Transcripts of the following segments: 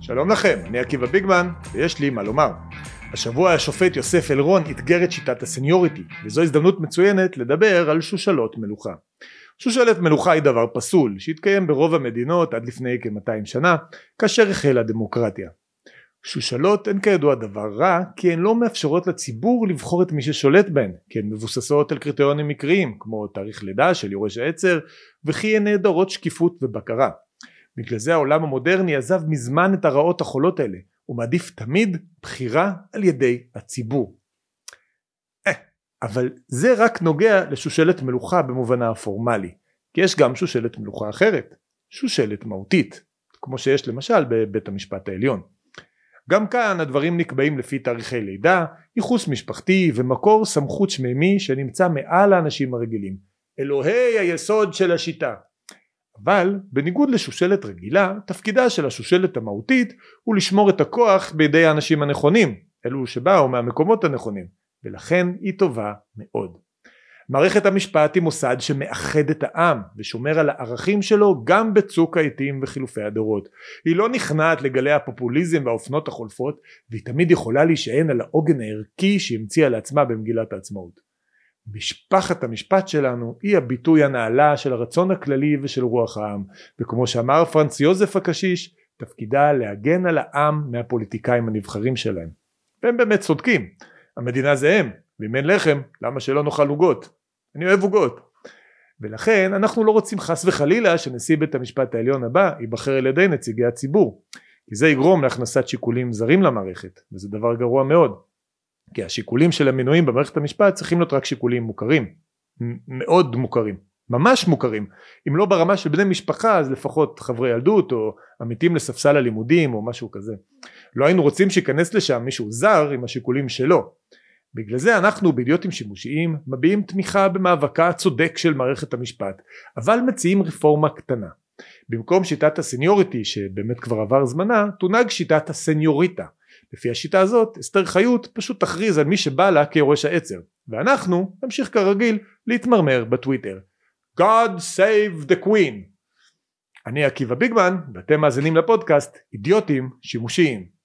שלום לכם, אני עקיבא ביגמן, ויש לי מה לומר. השבוע השופט יוסף אלרון אתגר את שיטת הסניוריטי, וזו הזדמנות מצוינת לדבר על שושלות מלוכה. שושלת מלוכה היא דבר פסול, שהתקיים ברוב המדינות עד לפני כ-200 שנה, כאשר החלה הדמוקרטיה. שושלות הן כידוע דבר רע, כי הן לא מאפשרות לציבור לבחור את מי ששולט בהן, כי הן מבוססות על קריטריונים מקריים, כמו תאריך לידה של יורש העצר, וכי הן נעדרות שקיפות ובקרה. בגלל זה העולם המודרני עזב מזמן את הרעות החולות האלה, ומעדיף תמיד בחירה על ידי הציבור. אבל זה רק נוגע לשושלת מלוכה במובנה הפורמלי, כי יש גם שושלת מלוכה אחרת, שושלת מהותית, כמו שיש למשל בבית המשפט העליון. גם כאן הדברים נקבעים לפי תאריכי לידה, ייחוס משפחתי ומקור סמכות שמימי שנמצא מעל האנשים הרגילים, אלוהי היסוד של השיטה. אבל בניגוד לשושלת רגילה, תפקידה של השושלת המהותית הוא לשמור את הכוח בידי האנשים הנכונים, אלו שבאו מהמקומות הנכונים, ולכן היא טובה מאוד. מערכת המשפט היא מוסד שמאחד את העם ושומר על הערכים שלו גם בצוק העיתים וחילופי הדורות. היא לא נכנעת לגלי הפופוליזם והאופנות החולפות, והיא תמיד יכולה להישען על העוגן הערכי שהמציאה לעצמה במגילת העצמאות. משפחת המשפט שלנו היא הביטוי הנעלה של הרצון הכללי ושל רוח העם, וכמו שאמר פרנץ יוזף הקשיש, תפקידה להגן על העם מהפוליטיקאים הנבחרים שלהם. והם באמת צודקים, המדינה זה הם, ואם אין לחם, למה שלא נאכל עוגות? אני אוהב עוגות. ולכן אנחנו לא רוצים חס וחלילה שנשיא בית המשפט העליון הבא ייבחר על ידי נציגי הציבור, כי זה יגרום להכנסת שיקולים זרים למערכת, וזה דבר גרוע מאוד. כי השיקולים של המינויים במערכת המשפט צריכים להיות רק שיקולים מוכרים, מאוד מוכרים, ממש מוכרים. אם לא ברמה של בני משפחה, אז לפחות חברי ילדות או עמיתים לספסל הלימודים או משהו כזה. לא היינו רוצים שיכנס לשם מישהו זר עם השיקולים שלו. בגלל זה אנחנו באידיוטים שימושיים מביעים תמיכה במאבקה הצודק של מערכת המשפט, אבל מציעים רפורמה קטנה. במקום שיטת הסניוריטי שבאמת כבר עבר זמנה, תונהג שיטת הסניוריטה. לפי השיטה הזאת, אסתר חיות פשוט תכריז על מי שבא לה כיורש העצר, ואנחנו נמשיך כרגיל להתמרמר בטוויטר. God save the queen. אני עקיבא ביגמן, ואתם מאזינים לפודקאסט אידיוטים שימושיים.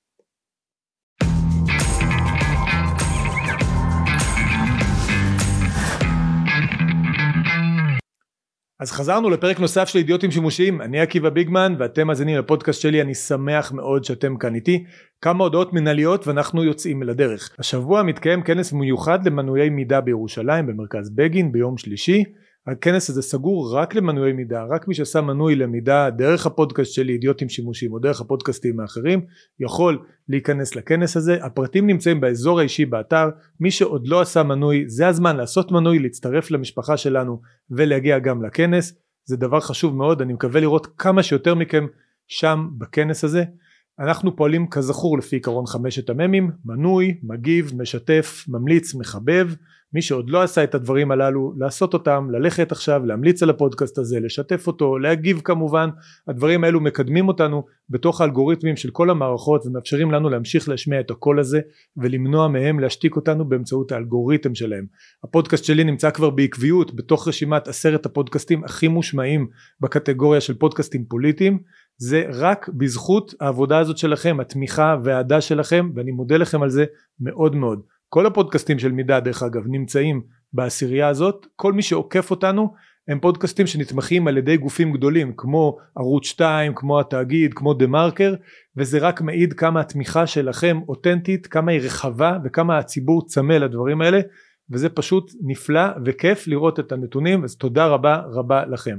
אז חזרנו לפרק נוסף של אידיוטים שימושיים, אני עקיבא ביגמן ואתם מאזינים לפודקאסט שלי, אני שמח מאוד שאתם כאן איתי. כמה הודעות מנהליות ואנחנו יוצאים לדרך. השבוע מתקיים כנס מיוחד למנויי מידע בירושלים במרכז בגין ביום שלישי. הכנס הזה סגור רק למנויי מידע, רק מי שעשה מנוי למידע דרך הפודקאסט שלי אידיוטים שימושיים או דרך הפודקאסטים האחרים יכול להיכנס לכנס הזה. הפרטים נמצאים באזור האישי באתר, מי שעוד לא עשה מנוי זה הזמן לעשות מנוי, להצטרף למשפחה שלנו ולהגיע גם לכנס, זה דבר חשוב מאוד, אני מקווה לראות כמה שיותר מכם שם בכנס הזה. אנחנו פועלים כזכור לפי עקרון 5 המ"מים, מנוי, מגיב, משתף, ממליץ, מחבב. מי שעוד לא עשה את הדברים הללו, לעשות אותם, ללכת עכשיו, להמליץ על הפודקאסט הזה, לשתף אותו, להגיב כמובן. הדברים האלו מקדמים אותנו בתוך האלגוריתמים של כל המערכות, ומאפשרים לנו להמשיך להשמיע את הקול הזה, ולמנוע מהם להשתיק אותנו באמצעות האלגוריתם שלהם. הפודקאסט שלי נמצא כבר בעקביות, בתוך רשימת 10 הפודקאסטים הכי מושמעים, בקטגוריה של פודקאסטים פוליטיים. זה רק בזכות העבודה הזאת שלכם, התמיכה והעדה שלכם, ואני מודה לכם על זה מאוד מאוד. כל הפודקאסטים של מידע דרך אגב נמצאים בעשירייה הזאת, כל מי שעוקף אותנו הם פודקאסטים שנתמכים על ידי גופים גדולים כמו ערוץ 2, כמו התאגיד, כמו דה מרקר, וזה רק מעיד כמה התמיכה שלכם אותנטית, כמה היא רחבה וכמה הציבור צמא לדברים האלה, וזה פשוט נפלא וכיף לראות את הנתונים, אז תודה רבה רבה לכם.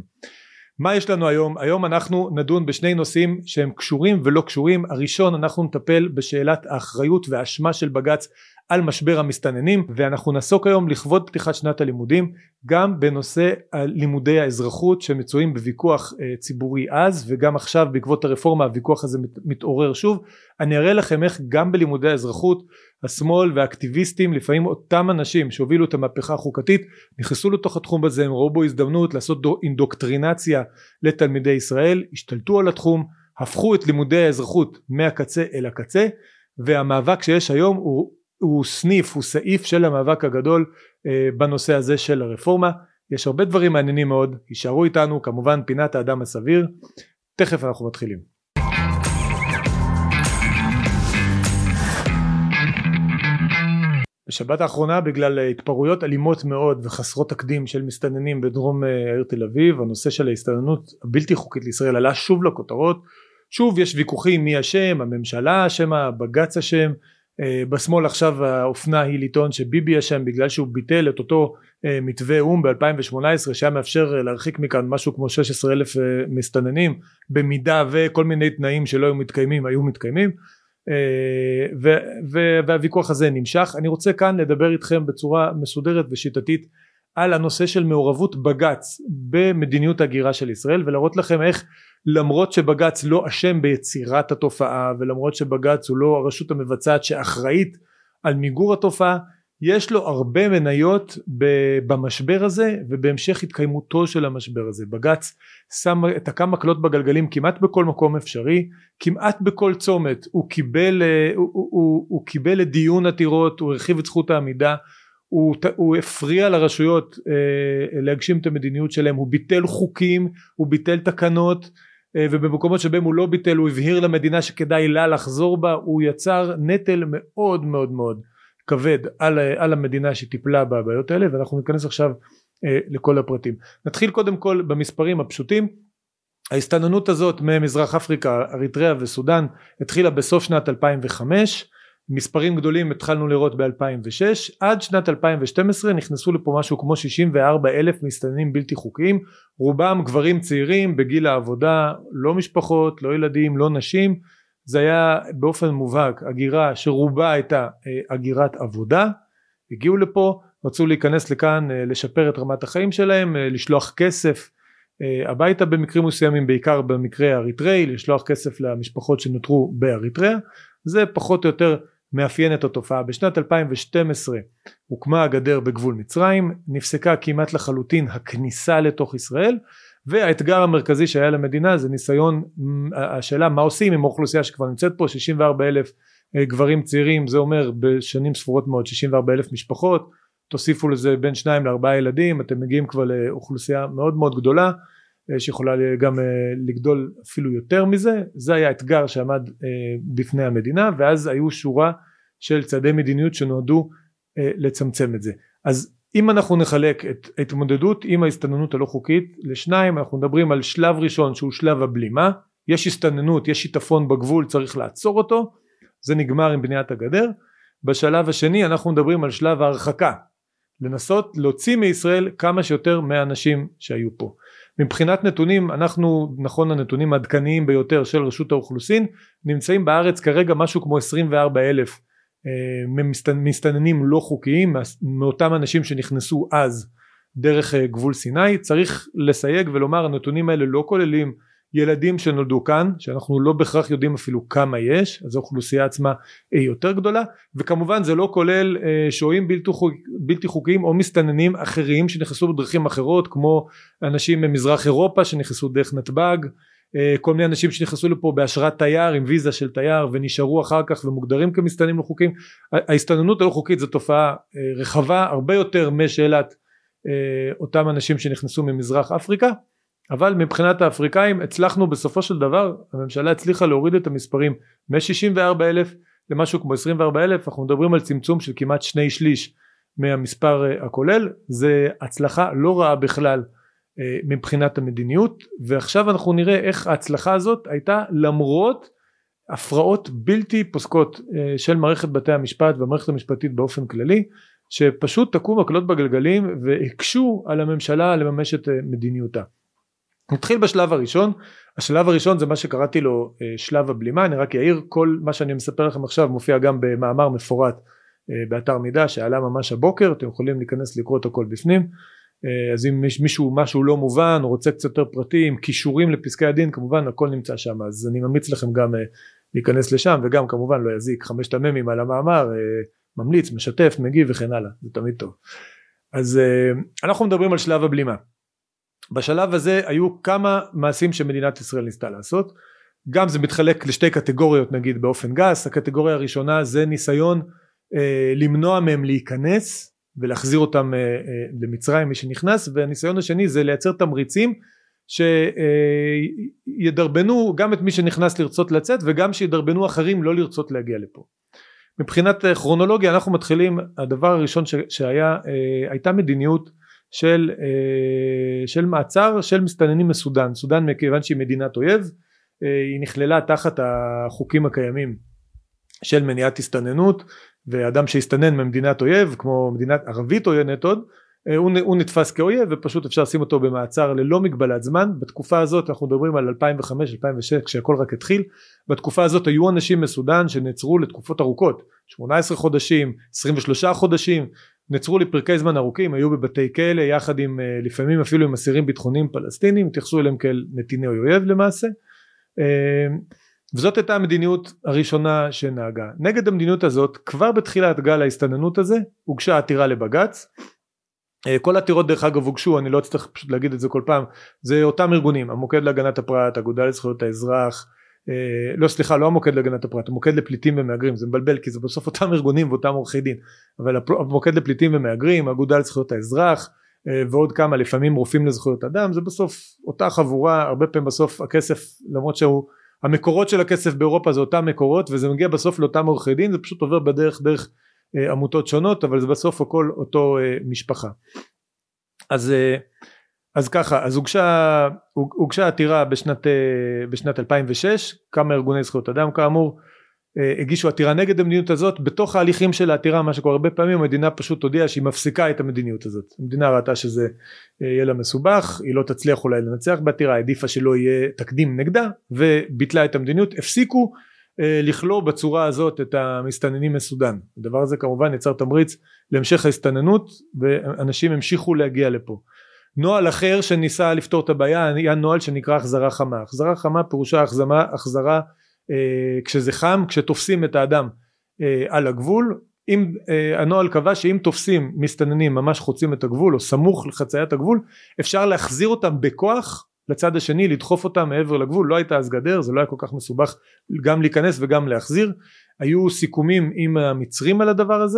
מה יש לנו היום? היום אנחנו נדון בשני נושאים שהם קשורים ולא קשורים. הראשון, אנחנו נטפל בשאלת האחריות והאשמה של בג"ץ על משבר המסתננים, ואנחנו נעסוק היום לכבוד פתיחת שנת הלימודים גם בנושא לימודי האזרחות שמצויים בוויכוח ציבורי אז, וגם עכשיו בעקבות הרפורמה הוויכוח הזה מתעורר שוב. אני אראה לכם איך גם בלימודי האזרחות השמאל והאקטיביסטים, לפעמים אותם אנשים שהובילו את המהפכה החוקתית, נכנסו לתוך התחום הזה, הם ראו בו הזדמנות לעשות אינדוקטרינציה לתלמידי ישראל, השתלטו על התחום, הפכו את לימודי האזרחות מהקצה אל הקצה, והמאבק שיש היום הוא סניף, הוא סעיף של המאבק הגדול בנושא הזה של הרפורמה. יש הרבה דברים מעניינים מאוד, יישארו איתנו, כמובן פינת האדם הסביר, תכף אנחנו מתחילים. בשבת האחרונה בגלל התפרעויות אלימות מאוד וחסרות תקדים של מסתננים בדרום העיר תל אביב, הנושא של ההסתננות הבלתי חוקית לישראל עלה שוב לכותרות. שוב יש ויכוחים מי אשם, הממשלה אשמה, בג"ץ אשם, בשמאל עכשיו האופנה היא לטעון שביבי אשם בגלל שהוא ביטל את אותו מתווה או"ם ב-2018 שהיה מאפשר להרחיק מכאן משהו כמו 16,000 מסתננים במידה וכל מיני תנאים שלא היו מתקיימים היו מתקיימים, והוויכוח הזה נמשך. אני רוצה כאן לדבר איתכם בצורה מסודרת ושיטתית על הנושא של מעורבות בג"ץ במדיניות הגירה של ישראל, ולהראות לכם איך למרות שבג"ץ לא אשם ביצירת התופעה ולמרות שבג"ץ הוא לא הרשות המבצעת שאחראית על מיגור התופעה, יש לו הרבה מניות במשבר הזה ובהמשך התקיימותו של המשבר הזה. בג"ץ שם את הכמה מקלות בגלגלים כמעט בכל מקום אפשרי, כמעט בכל צומת הוא קיבל לדיון עתירות, הוא הרחיב את זכות העמידה, הוא הפריע לרשויות להגשים את המדיניות שלהם, הוא ביטל חוקים, הוא ביטל תקנות, ובמקומות שבהם הוא לא ביטל הוא הבהיר למדינה שכדאי לה לחזור בה. הוא יצר נטל מאוד מאוד מאוד כבד על המדינה שטיפלה בבעיות האלה, ואנחנו ניכנס עכשיו לכל הפרטים. נתחיל קודם כל במספרים הפשוטים. ההסתננות הזאת ממזרח אפריקה, אריתריאה וסודן התחילה בסוף שנת 2005, מספרים גדולים התחלנו לראות ב-2006, עד שנת 2012 נכנסו לפה משהו כמו 64,000 מסתננים בלתי חוקיים, רובם גברים צעירים בגיל העבודה, לא משפחות, לא ילדים, לא נשים. זה היה באופן מובהק הגירה שרובה הייתה הגירת עבודה, הגיעו לפה, רצו להיכנס לכאן, לשפר את רמת החיים שלהם, לשלוח כסף הביתה במקרים מסוימים, בעיקר במקרה האריתראי, לשלוח כסף למשפחות שנותרו באריתריאה. זה פחות או יותר מאפיין את התופעה. בשנת 2012 הוקמה הגדר בגבול מצרים, נפסקה כמעט לחלוטין הכניסה לתוך ישראל, והאתגר המרכזי שהיה למדינה זה ניסיון, השאלה מה עושים עם האוכלוסייה שכבר נמצאת פה, 64,000 גברים צעירים, זה אומר בשנים ספורות מאוד 64,000 משפחות, תוסיפו לזה בין 2 ל4 ילדים, אתם מגיעים כבר לאוכלוסייה מאוד מאוד גדולה, שיכולה גם לגדול אפילו יותר מזה. זה היה אתגר שעמד בפני המדינה, ואז היו שורה של צעדי מדיניות שנועדו לצמצם את זה. אז אם אנחנו נחלק את ההתמודדות עם ההסתננות הלא חוקית לשניים, אנחנו מדברים על שלב ראשון שהוא שלב הבלימה, יש הסתננות, יש שיטפון בגבול, צריך לעצור אותו, זה נגמר עם בניית הגדר. בשלב השני אנחנו מדברים על שלב ההרחקה, לנסות להוציא מישראל כמה שיותר מהאנשים שהיו פה. מבחינת נתונים, אנחנו, נכון, הנתונים העדכניים ביותר של רשות האוכלוסין, נמצאים בארץ כרגע משהו כמו 24,000 מסתננים לא חוקיים, מאותם אנשים שנכנסו אז דרך גבול סיני. צריך לסייג ולומר, הנתונים האלה לא כוללים ילדים שנולדו כאן, שאנחנו לא בהכרח יודעים אפילו כמה יש, אז האוכלוסייה עצמה היא יותר גדולה, וכמובן זה לא כולל שוהים בלתי חוקיים או מסתננים אחרים שנכנסו בדרכים אחרות, כמו אנשים ממזרח אירופה שנכנסו דרך נתב"ג, כל מיני אנשים שנכנסו לפה באשרת תייר עם ויזה של תייר ונשארו אחר כך ומוגדרים כמסתננים לא חוקיים. ההסתננות הלא חוקית זו תופעה רחבה הרבה יותר משאלת אותם אנשים שנכנסו ממזרח אפריקה, אבל מבחינת האפריקאים הצלחנו בסופו של דבר, הממשלה הצליחה להוריד את המספרים מ-64,000 למשהו כמו 24,000, אנחנו מדברים על צמצום של כמעט 2/3 מהמספר הכולל. זה הצלחה לא רעה בכלל מבחינת המדיניות, ועכשיו אנחנו נראה איך ההצלחה הזאת הייתה למרות הפרעות בלתי פוסקות של מערכת בתי המשפט והמערכת המשפטית באופן כללי, שפשוט תקעו מקלות בגלגלים והקשו על הממשלה לממש את מדיניותה. נתחיל בשלב הראשון. השלב הראשון זה מה שקראתי לו שלב הבלימה. אני רק אעיר, כל מה שאני מספר לכם עכשיו מופיע גם במאמר מפורט באתר מידע שעלה ממש הבוקר, אתם יכולים להיכנס לקרוא את הכל בפנים. אז אם יש משהו לא מובן או רוצה קצת יותר פרטים, קישורים לפסקי הדין, כמובן הכל נמצא שם, אז אני ממליץ לכם גם להיכנס לשם, וגם כמובן לא יזיק 5 מ"מים על המאמר, ממליץ, משתף, מגיב וכן הלאה, זה תמיד טוב. אז אנחנו מדברים על שלב הבלימה. בשלב הזה היו כמה מעשים שמדינת ישראל ניסתה לעשות, גם זה מתחלק לשתי קטגוריות נגיד באופן גס. הקטגוריה הראשונה זה ניסיון למנוע מהם להיכנס ולהחזיר אותם למצרים מי שנכנס, והניסיון השני זה לייצר תמריצים שידרבנו גם את מי שנכנס לרצות לצאת וגם שידרבנו אחרים לא לרצות להגיע לפה. מבחינת כרונולוגיה אנחנו מתחילים, הדבר הראשון שהיה, הייתה מדיניות של מעצר של מסתננים מסודן. סודן מכיוון שהיא מדינת אויב, היא נכללה תחת החוקים הקיימים של מניעת הסתננות, ואדם שהסתנן ממדינת אויב כמו מדינת ערבית עוינת עוד, הוא נתפס כאויב ופשוט אפשר לשים אותו במעצר ללא מגבלת זמן. בתקופה הזאת אנחנו מדברים על 2005-2006 כשהכל רק התחיל. בתקופה הזאת היו אנשים מסודן שנעצרו לתקופות ארוכות, 18 חודשים, 23 חודשים, נעצרו לפרקי זמן ארוכים, היו בבתי כלא יחד עם לפעמים אפילו עם אסירים ביטחוניים פלסטינים, התייחסו אליהם כאל נתיני אויב למעשה. וזאת הייתה המדיניות הראשונה שנהגה. נגד המדיניות הזאת כבר בתחילת גל ההסתננות הזה הוגשה עתירה לבג"ץ. כל העתירות דרך אגב הוגשו, אני לא אצטרך פשוט להגיד את זה כל פעם, זה אותם ארגונים, המוקד להגנת הפרט, האגודה לזכויות האזרח, לא המוקד להגנת הפרט, המוקד לפליטים ומהגרים, זה מבלבל כי זה בסוף אותם ארגונים ואותם עורכי דין, אבל המוקד לפליטים ומהגרים, האגודה לזכויות האזרח ועוד כמה, לפעמים רופאים לזכויות אדם, זה בסוף אותה חבורה. הרבה פעמים בסוף הכסף, למרות המקורות של הכסף באירופה זה אותם מקורות, וזה מגיע בסוף לאותם עורכי דין, זה פשוט עובר דרך עמותות שונות, אבל זה בסוף הכל אותו משפחה. אז ככה, אז הוגשה עתירה בשנת 2006, כמה ארגוני זכויות אדם כאמור הגישו עתירה נגד המדיניות הזאת. בתוך ההליכים של העתירה, מה שקורה הרבה פעמים, המדינה פשוט הודיעה שהיא מפסיקה את המדיניות הזאת. המדינה ראתה שזה יהיה לה מסובך, היא לא תצליח אולי לנצח בעתירה, העדיפה שלא יהיה תקדים נגדה, וביטלה את המדיניות. הפסיקו לכלוא בצורה הזאת את המסתננים מסודן. הדבר הזה כמובן יצר תמריץ להמשך ההסתננות, ואנשים המשיכו להגיע לפה. נוהל אחר שניסה לפתור את הבעיה היה נוהל שנקרא החזרה חמה. החזרה חמה פירושה החזרה כשזה חם, כשתופסים את האדם על הגבול. הנוהל קבע שאם תופסים מסתננים ממש חוצים את הגבול או סמוך לחציית הגבול, אפשר להחזיר אותם בכוח לצד השני, לדחוף אותם מעבר לגבול. לא הייתה אז גדר, זה לא היה כל כך מסובך גם להיכנס וגם להחזיר. היו סיכומים עם המצרים על הדבר הזה,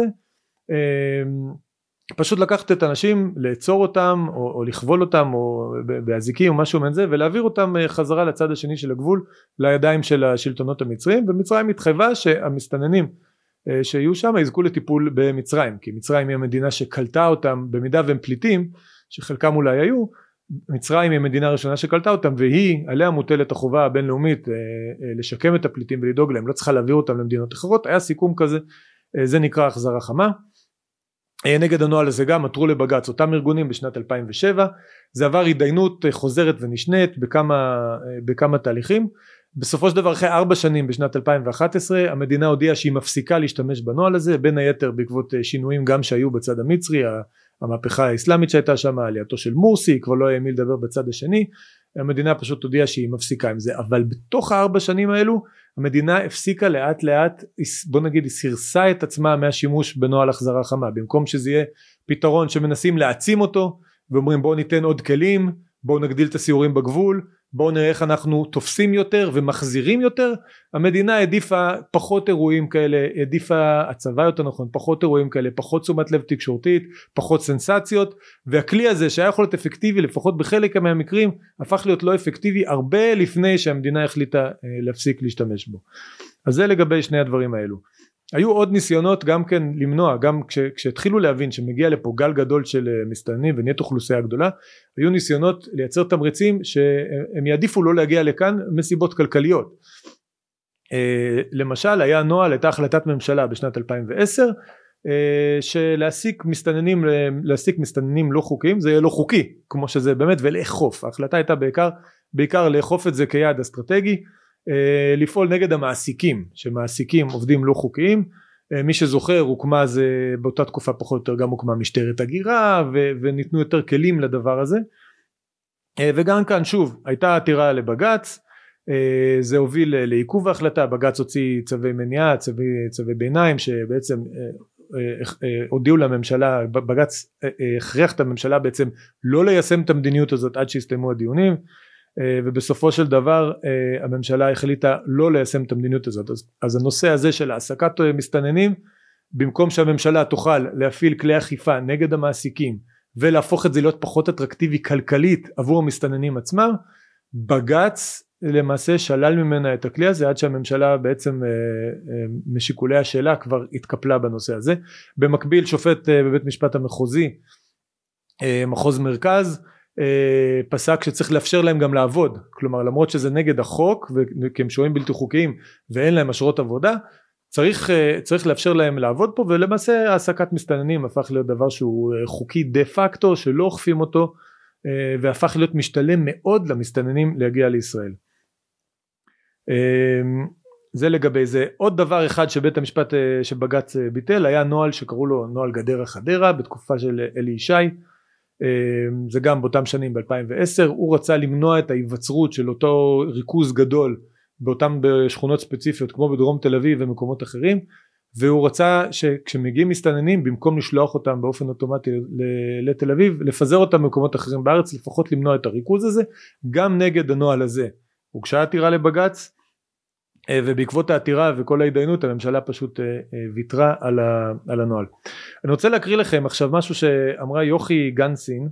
פשוט לקחת את האנשים, לעצור אותם או לכבול אותם או באזיקים או משהו מזה, ולהעביר אותם חזרה לצד השני של הגבול לידיים של השלטונות המצרים. ומצרים התחייבה שהמסתננים שיהיו שם יזכו לטיפול במצרים, כי מצרים היא המדינה שקלטה אותם במידה והם פליטים, שחלקם אולי היו. מצרים היא המדינה הראשונה שקלטה אותם, והיא עליה מוטלת החובה הבינלאומית לשקם את הפליטים ולדאוג להם, לא צריכה להעביר אותם למדינות אחרות. היה סיכום כזה, זה נקרא החזרה חמה. נגד הנוהל הזה גם עתרו לבג"ץ אותם ארגונים בשנת 2007. זה עבר התדיינות חוזרת ונשנית בכמה תהליכים. בסופו של דבר אחרי 4 שנים בשנת 2011 המדינה הודיעה שהיא מפסיקה להשתמש בנוהל הזה, בין היתר בעקבות שינויים גם שהיו בצד המצרי, המהפכה האסלאמית שהייתה שם, עלייתו של מורסי, כבר לא היה מי לדבר בצד השני. המדינה פשוט הודיעה שהיא מפסיקה עם זה. אבל בתוך 4 שנים האלו המדינה הפסיקה לאט לאט, בוא נגיד היא סירסה את עצמה מהשימוש בנוהל החזרה חמה. במקום שזה יהיה פתרון שמנסים להעצים אותו ואומרים בואו ניתן עוד כלים, בואו נגדיל את הסיורים בגבול, בואו נראה איך אנחנו תופסים יותר ומחזירים יותר, המדינה העדיפה פחות אירועים כאלה, העדיפה הצבא יותר נכון, פחות אירועים כאלה, פחות תשומת לב תקשורתית, פחות סנסציות. והכלי הזה שהיה יכול להיות אפקטיבי לפחות בחלק מהמקרים, הפך להיות לא אפקטיבי הרבה לפני שהמדינה החליטה להפסיק להשתמש בו. אז זה לגבי שני הדברים האלו. היו עוד ניסיונות גם כן למנוע, גם כשהתחילו להבין שמגיע לפה גל גדול של מסתננים ונהיית אוכלוסייה גדולה, היו ניסיונות לייצר תמריצים שהם יעדיפו לא להגיע לכאן מסיבות כלכליות. למשל הייתה החלטת ממשלה בשנת 2010 שלהעסיק מסתננים לא חוקיים, זה יהיה לא חוקי כמו שזה באמת, ולאכוף. ההחלטה הייתה בעיקר לאכוף את זה כיעד אסטרטגי, לפעול נגד המעסיקים שמעסיקים עובדים לא חוקיים. מי שזוכר, הוקמה זה באותה תקופה פחות או יותר גם הוקמה משטרת הגירה וניתנו יותר כלים לדבר הזה. וגם כאן שוב הייתה עתירה לבג"ץ, זה הוביל לעיכוב ההחלטה. בג"ץ הוציא צווי מניעה, צווי ביניים שבעצם הודיעו לממשלה, בג"ץ הכריח את הממשלה בעצם לא ליישם את המדיניות הזאת עד שהסתיימו הדיונים, ובסופו של דבר הממשלה החליטה לא ליישם את המדיניות הזאת. אז הנושא הזה של העסקת מסתננים, במקום שהממשלה תוכל להפעיל כלי אכיפה נגד המעסיקים ולהפוך את זה להיות פחות אטרקטיבי כלכלית עבור המסתננים עצמם, בג"ץ למעשה שלל ממנה את הכלי הזה עד שהממשלה בעצם משיקולי השאלה כבר התקפלה בנושא הזה. במקביל שופט בבית משפט המחוזי מחוז מרכז פסק שצריך לאפשר להם גם לעבוד, כלומר למרות שזה נגד החוק כי הם שוהים בלתי חוקיים ואין להם אשרות עבודה, צריך לאפשר להם לעבוד פה, ולמעשה העסקת מסתננים הפך להיות דבר שהוא חוקי דה פקטו שלא אוכפים אותו, והפך להיות משתלם מאוד למסתננים להגיע לישראל. זה לגבי זה. עוד דבר אחד שבית המשפט שבג"ץ ביטל היה נוהל שקראו לו נוהל גדרה חדרה בתקופה של אלי ישי, זה גם באותם שנים ב-2010, הוא רצה למנוע את ההיווצרות של אותו ריכוז גדול באותם בשכונות ספציפיות כמו בדרום תל אביב ומקומות אחרים, והוא רצה שכשמגיעים מסתננים במקום לשלוח אותם באופן אוטומטי לתל אביב, לפזר אותם במקומות אחרים בארץ, לפחות למנוע את הריכוז הזה. גם נגד הנוהל הזה הוגשה עתירה לבג"ץ, ובעקבות העתירה וכל ההתדיינות הממשלה פשוט ויתרה על הנוהל. אני רוצה להקריא לכם עכשיו משהו שאמרה יוכי גנסין.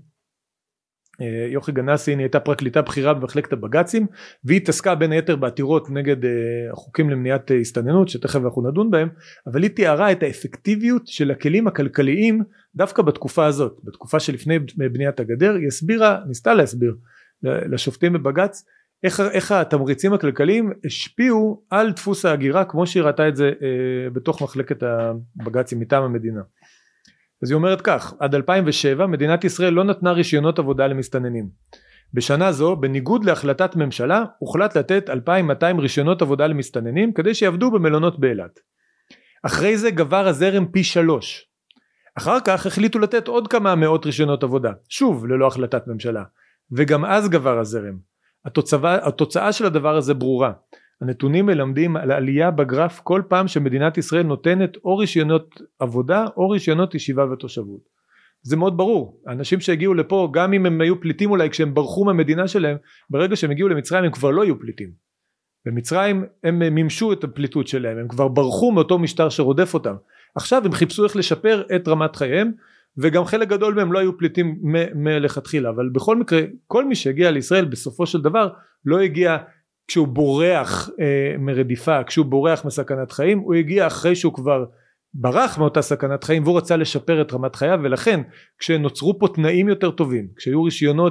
יוכי גנסין היא הייתה פרקליטה בכירה במחלקת הבג"צים, והיא התעסקה בין היתר בעתירות נגד החוקים למניעת הסתננות שתכף אנחנו נדון בהם, אבל היא תיארה את האפקטיביות של הכלים הכלכליים דווקא בתקופה הזאת, בתקופה שלפני בניית הגדר. היא ניסתה להסביר לשופטים בבג"ץ איך התמריצים הכלכליים השפיעו על דפוס ההגירה כמו שהיא ראתה את זה בתוך מחלקת הבג"צים מטעם המדינה. אז היא אומרת כך: עד 2007 מדינת ישראל לא נתנה רישיונות עבודה למסתננים. בשנה זו בניגוד להחלטת ממשלה הוחלט לתת 2,200 רישיונות עבודה למסתננים כדי שיעבדו במלונות באילת. אחרי זה גבר הזרם פי 3. אחר כך החליטו לתת עוד כמה מאות רישיונות עבודה, שוב ללא החלטת ממשלה, וגם אז גבר הזרם. התוצאה של הדבר הזה ברורה. הנתונים מלמדים על עלייה בגרף כל פעם שמדינת ישראל נותנת או רישיונות עבודה או רישיונות ישיבה ותושבות. זה מאוד ברור. האנשים שהגיעו לפה, גם אם הם היו פליטים אולי כשהם ברחו מהמדינה שלהם, ברגע שהם הגיעו למצרים הם כבר לא היו פליטים. במצרים הם מימשו את הפליטות שלהם, הם כבר ברחו מאותו משטר שרודף אותם. עכשיו הם חיפשו איך לשפר את רמת חייהם, וגם חלק גדול מהם לא היו פליטים מלכתחילה, אבל בכל מקרה כל מי שהגיע לישראל בסופו של דבר לא הגיע כשהוא בורח מרדיפה, כשהוא בורח מסכנת חיים, הוא הגיע אחרי שהוא כבר ברח מאותה סכנת חיים והוא רצה לשפר את רמת חייו. ולכן כשנוצרו פה תנאים יותר טובים, כשהיו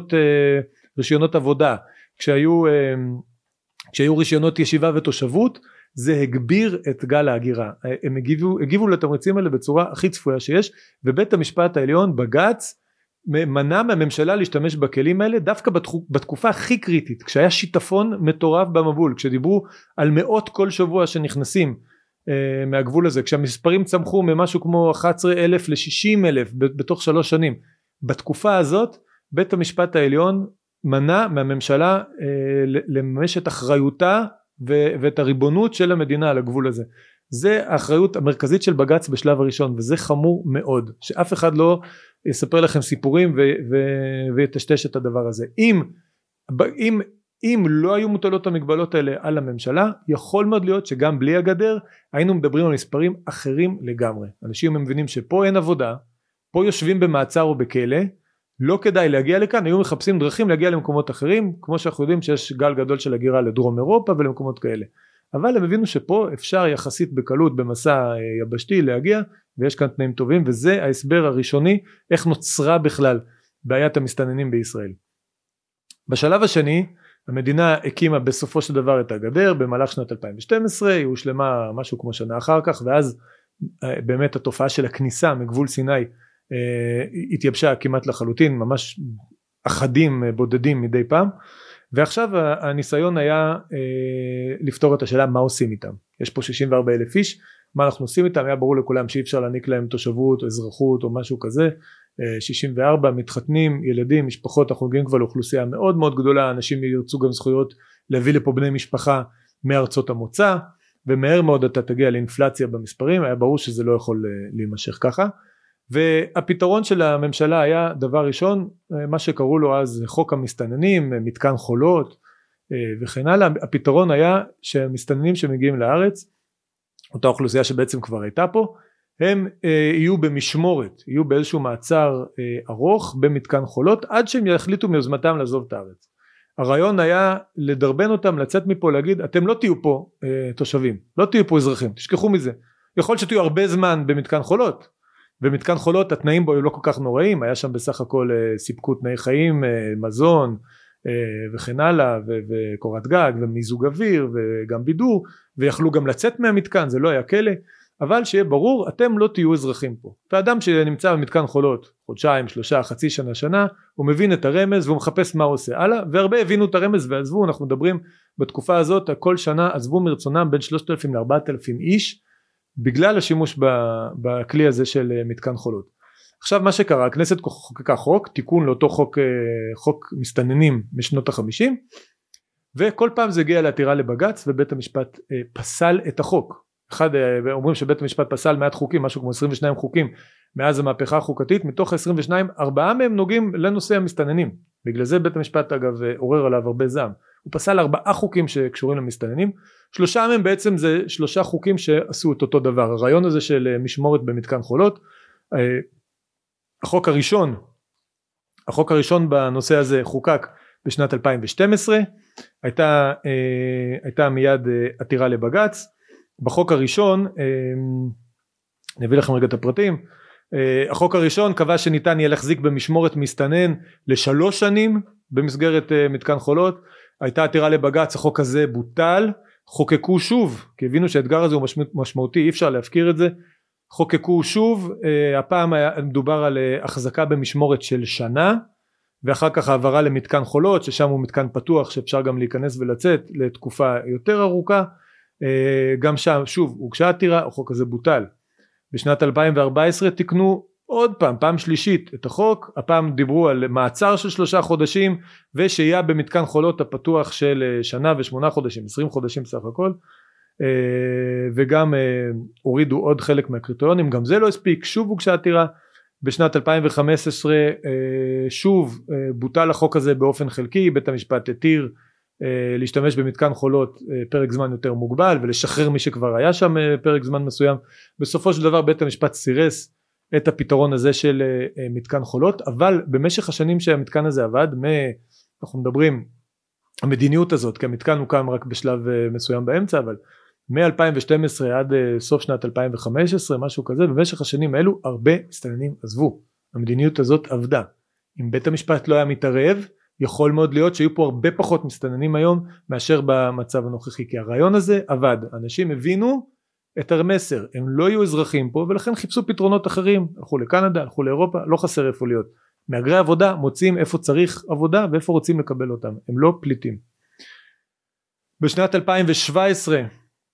רישיונות עבודה, כשהיו רישיונות ישיבה ותושבות, זה הגביר את גל ההגירה. הם הגיבו לתמריצים האלה בצורה הכי צפויה שיש, ובית המשפט העליון בג"ץ מנע מהממשלה להשתמש בכלים האלה דווקא בתקופה הכי קריטית, כשהיה שיטפון מטורף במבול, כשדיברו על מאות כל שבוע שנכנסים מהגבול הזה, כשהמספרים צמחו ממשהו כמו 11,000 ל-60,000 בתוך 3 שנים. בתקופה הזאת בית המשפט העליון מנע מהממשלה לממש את אחריותה ואת הריבונות של המדינה על הגבול הזה. זה האחריות המרכזית של בג"ץ בשלב הראשון, וזה חמור מאוד, שאף אחד לא יספר לכם סיפורים ויטשטש את הדבר הזה. אם לא היו מוטלות המגבלות האלה על הממשלה, יכול מאוד להיות שגם בלי הגדר היינו מדברים על מספרים אחרים לגמרי. אנשים מבינים שפה אין עבודה, פה יושבים במעצר או בכלא, לא כדאי להגיע לכאן, היו מחפשים דרכים להגיע למקומות אחרים, כמו שאנחנו יודעים שיש גל גדול של הגירה לדרום אירופה ולמקומות כאלה. אבל הם הבינו שפה אפשר יחסית בקלות במסע יבשתי להגיע, ויש כאן תנאים טובים, וזה ההסבר הראשוני איך נוצרה בכלל בעיית המסתננים בישראל. בשלב השני המדינה הקימה בסופו של דבר את הגדר במהלך שנת 2012, היא הושלמה משהו כמו שנה אחר כך, ואז באמת התופעה של הכניסה מגבול סיני התייבשה כמעט לחלוטין, ממש אחדים בודדים מדי פעם. ועכשיו הניסיון היה לפתור את השאלה מה עושים איתם. יש פה 64,000 איש, מה אנחנו עושים איתם? היה ברור לכולם שאי אפשר להעניק להם תושבות או אזרחות או משהו כזה. 64 מתחתנים, ילדים, משפחות, אנחנו מגיעים כבר לאוכלוסייה מאוד מאוד גדולה, אנשים ירצו גם זכויות להביא לפה בני משפחה מארצות המוצא, ומהר מאוד אתה תגיע לאינפלציה במספרים, היה ברור שזה לא יכול להימשך ככה. והפתרון של הממשלה היה דבר ראשון, מה שקראו לו אז חוק המסתננים, מתקן חולות וכן הלאה. הפתרון היה שהמסתננים שמגיעים לארץ, אותה אוכלוסייה שבעצם כבר הייתה פה, הם יהיו במשמורת, יהיו באיזשהו מעצר ארוך במתקן חולות, עד שהם יחליטו מיוזמתם לעזוב את הארץ. הרעיון היה לדרבן אותם, לצאת מפה, להגיד אתם לא תהיו פה תושבים, לא תהיו פה אזרחים, תשכחו מזה. יכול שתהיו הרבה זמן במתקן חולות, במתקן חולות התנאים בו היו לא כל כך נוראים, היה שם בסך הכל סיפקו תנאי חיים, מזון וכן הלאה, וקורת גג ומיזוג אוויר וגם בידור, ויכלו גם לצאת מהמתקן, זה לא היה כלא, אבל שיהיה ברור, אתם לא תהיו אזרחים פה. ואדם שנמצא במתקן חולות, חודשיים, שלושה, חצי שנה, שנה, הוא מבין את הרמז והוא מחפש מה הוא עושה הלאה, והרבה הבינו את הרמז ועזבו. אנחנו מדברים בתקופה הזאת, כל שנה עזבו מרצונם בין 3,000 ל-4,000 איש, בגלל השימוש בכלי הזה של מתקן חולות. עכשיו מה שקרה, הכנסת חוקקה חוק, תיקון לאותו חוק מסתננים משנות ה-50, וכל פעם זה הגיע לעתירה לבג"ץ, ובית המשפט פסל את החוק. אומרים שבית המשפט פסל מעט חוקים, משהו כמו 22 חוקים מאז המהפכה החוקתית, מתוך 22 4 מהם נוגעים לנושא המסתננים, בגלל זה בית המשפט אגב עורר עליו הרבה זעם. הוא פסל 4 חוקים שקשורים למסתננים, 3 מהם בעצם זה 3 חוקים שעשו את אותו דבר. הרעיון הזה של משמורת במתקן חולות, החוק הראשון בנושא הזה חוקק בשנת 2012, הייתה מיד עתירה לבג"ץ. בחוק הראשון, נביא לכם רגע את הפרטים, החוק הראשון קבע שניתן יהיה להחזיק במשמורת מסתנן ל3 שנים במסגרת מתקן חולות. הייתה עתירה לבג"ץ, החוק הזה בוטל, חוקקו שוב, כי הבינו שהאתגר הזה הוא משמעותי, אי אפשר להפקיר את זה, חוקקו שוב, הפעם מדובר על החזקה במשמורת של שנה, ואחר כך העברה למתקן חולות, ששם הוא מתקן פתוח שאפשר גם להיכנס ולצאת לתקופה יותר ארוכה. גם שם שוב הוגשה עתירה, החוק הזה בוטל. בשנת 2014 תיקנו עוד פעם שלישית את החוק, הפעם דיברו על מעצר של 3 חודשים ושהייה במתקן חולות הפתוח של שנה ו8 חודשים, 20 חודשים סך הכל, וגם הורידו עוד חלק מהקריטריונים, גם זה לא הספיק, שוב הוגשה עתירה. בשנת 2015 שוב בוטל החוק הזה באופן חלקי, בית המשפט התיר להשתמש במתקן חולות פרק זמן יותר מוגבל ולשחרר מי שכבר היה שם פרק זמן מסוים. בסופו של דבר בית המשפט סירס את הפתרון הזה של מתקן חולות, אבל במשך השנים שהמתקן הזה עבד, אנחנו מדברים המדיניות הזאת, כי המתקן הוקם רק בשלב מסוים באמצע, אבל מ-2012 עד סוף שנת 2015 משהו כזה, במשך השנים האלו הרבה מסתננים עזבו. המדיניות הזאת עבדה. אם בית המשפט לא היה מתערב, יכול מאוד להיות שיהיו פה הרבה פחות מסתננים היום מאשר במצב הנוכחי, כי הרעיון הזה עבד. אנשים הבינו את המסר, הם לא יהיו אזרחים פה ולכן חיפשו פתרונות אחרים, הלכו לקנדה, הלכו לאירופה, לא חסר איפה להיות. מהגרי עבודה מוצאים איפה צריך עבודה ואיפה רוצים לקבל אותם, הם לא פליטים. בשנת 2017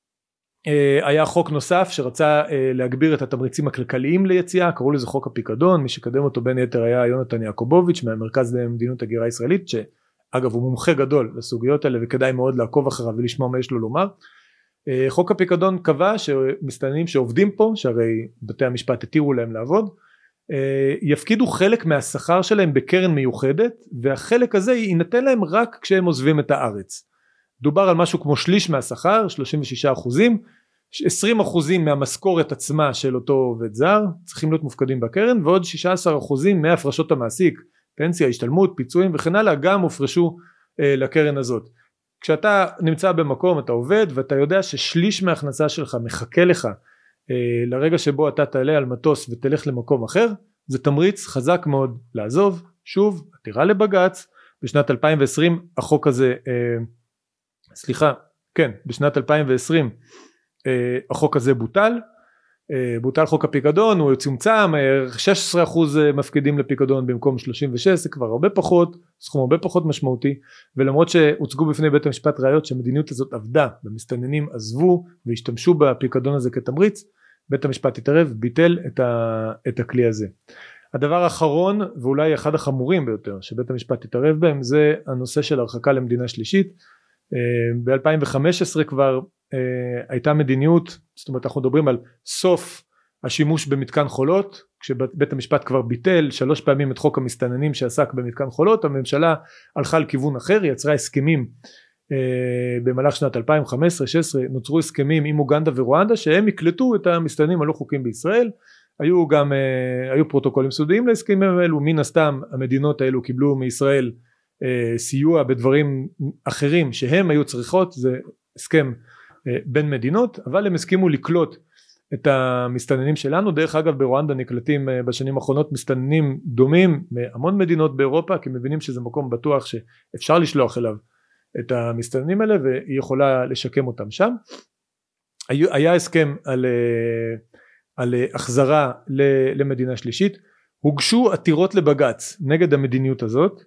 היה חוק נוסף שרצה להגביר את התמריצים הכלכליים ליציאה, קראו לזה חוק הפיקדון, מי שקדם אותו בין היתר היה יונתן יעקובוביץ' מהמרכז למדיניות הגירה ישראלית, שאגב הוא מומחה גדול לסוגיות האלה וכדאי מאוד לעקוב אחריו ולשמוע מה יש לו לומר. חוק הפיקדון קבע שמסתננים שעובדים פה, שהרי בתי המשפט התירו להם לעבוד, יפקידו חלק מהשכר שלהם בקרן מיוחדת, והחלק הזה יינתן להם רק כשהם עוזבים את הארץ. דובר על משהו כמו שליש מהשכר, 36%, 20% מהמשכורת עצמה של אותו עובד זר צריכים להיות מופקדים בקרן, ועוד 16% מהפרשות המעסיק, פנסיה, השתלמות, פיצויים וכן הלאה, גם הופרשו לקרן הזאת. כשאתה נמצא במקום, אתה עובד ואתה יודע ששליש מההכנסה שלך מחכה לך לרגע שבו אתה תעלה על מטוס ותלך למקום אחר, זה תמריץ חזק מאוד לעזוב. שוב, עתירה לבג"ץ, בשנת 2020 החוק הזה, בשנת 2020 החוק הזה בוטל חוק הפיקדון, הוא צומצם, 16% מפקידים לפיקדון במקום 36, זה כבר הרבה פחות, סכום הרבה פחות משמעותי, ולמרות שהוצגו בפני בית המשפט ראיות שהמדיניות הזאת עבדה, במסתננים עזבו והשתמשו בפיקדון הזה כתמריץ, בית המשפט התערב, ביטל את הכלי הזה. הדבר האחרון, ואולי אחד החמורים ביותר שבית המשפט התערב בהם, זה הנושא של הרחקה למדינה שלישית. ב-2015 כבר הייתה מדיניות, זאת אומרת אנחנו מדברים על סוף השימוש במתקן חולות, כשבית המשפט כבר ביטל 3 פעמים את חוק המסתננים שעסק במתקן חולות, הממשלה הלכה לכיוון אחר, יצרה הסכמים במהלך שנת 2015-2016, נוצרו הסכמים עם אוגנדה ורואנדה שהם יקלטו את המסתננים הלא חוקיים בישראל, היו פרוטוקולים סודיים להסכמים האלו, מן הסתם המדינות האלו קיבלו מישראל סיוע בדברים אחרים שהם היו צריכות, זה הסכם בין מדינות, אבל הם הסכימו לקלוט את המסתננים שלנו. דרך אגב ברואנדה נקלטים בשנים האחרונות מסתננים דומים מהמון מדינות באירופה, כי מבינים שזה מקום בטוח שאפשר לשלוח אליו את המסתננים האלה והיא יכולה לשקם אותם שם. היה הסכם על החזרה למדינה שלישית, הוגשו עתירות לבג"ץ נגד המדיניות הזאת,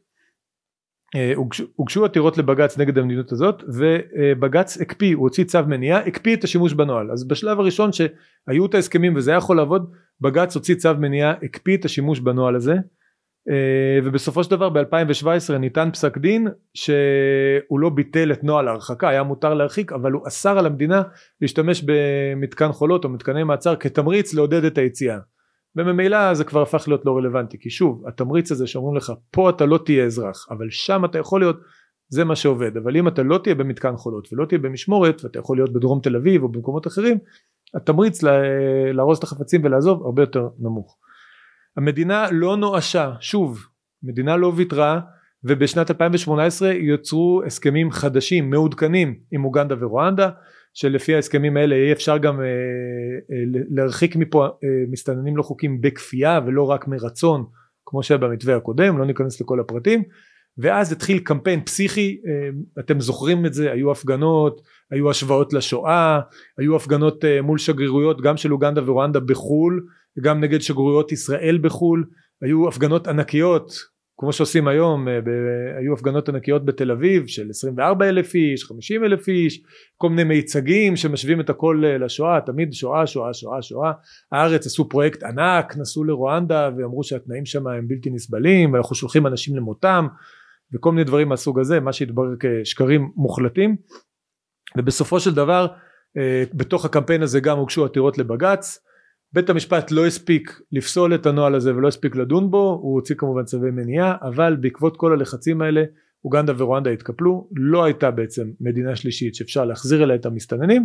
הוגשו עתירות לבג"ץ נגד המדיניות הזאת, ובג"ץ הקפיא, הוא הוציא צו מניעה, הקפיא את השימוש בנוהל. אז בשלב הראשון שהיו את ההסכמים וזה יכול לעבוד, בג"ץ הוציא צו מניעה, הקפיא את השימוש בנוהל הזה, ובסופו של דבר ב-2017 ניתן פסק דין שהוא לא ביטל את נוהל ההרחקה, היה מותר להרחיק, אבל הוא אסר על המדינה להשתמש במתקן חולות או מתקני מעצר כתמריץ לעודד את היציאה, וממילא זה כבר הפך להיות לא רלוונטי, כי שוב התמריץ הזה שאומרים לך פה אתה לא תהיה אזרח אבל שם אתה יכול להיות, זה מה שעובד. אבל אם אתה לא תהיה במתקן חולות ולא תהיה במשמורת ואתה יכול להיות בדרום תל אביב או במקומות אחרים, התמריץ להרוס את החפצים ולעזוב הרבה יותר נמוך. המדינה לא נואשה, שוב מדינה לא ויתרה, ובשנת 2018 יוצרו הסכמים חדשים מעודכנים עם אוגנדה ורואנדה, שלפי ההסכמים האלה יהיה אפשר גם להרחיק מפה מסתננים לא חוקיים בכפייה ולא רק מרצון כמו שהיה במתווה הקודם, לא ניכנס לכל הפרטים. ואז התחיל קמפיין פסיכי, אתם זוכרים את זה, היו הפגנות, היו השוואות לשואה, היו הפגנות מול שגרירויות גם של אוגנדה ורואנדה בחול, גם נגד שגרירויות ישראל בחול, היו הפגנות ענקיות כמו שעושים היום, היו הפגנות ענקיות בתל אביב של 24,000 איש, 50,000 איש, כל מיני מיצגים שמשווים את הכל לשואה, תמיד שואה, שואה, שואה, שואה. הארץ עשו פרויקט ענק, נסעו לרואנדה ואמרו שהתנאים שם הם בלתי נסבלים, ואנחנו שולחים אנשים למותם, וכל מיני דברים מהסוג הזה, מה שהתברר כשקרים מוחלטים. ובסופו של דבר, בתוך הקמפיין הזה גם הוגשו עתירות לבג"ץ, בית המשפט לא הספיק לפסול את הנוהל הזה ולא הספיק לדון בו, הוא הוציא כמובן צווי מניעה, אבל בעקבות כל הלחצים האלה אוגנדה ורואנדה התקפלו, לא הייתה בעצם מדינה שלישית שאפשר להחזיר אליה את המסתננים,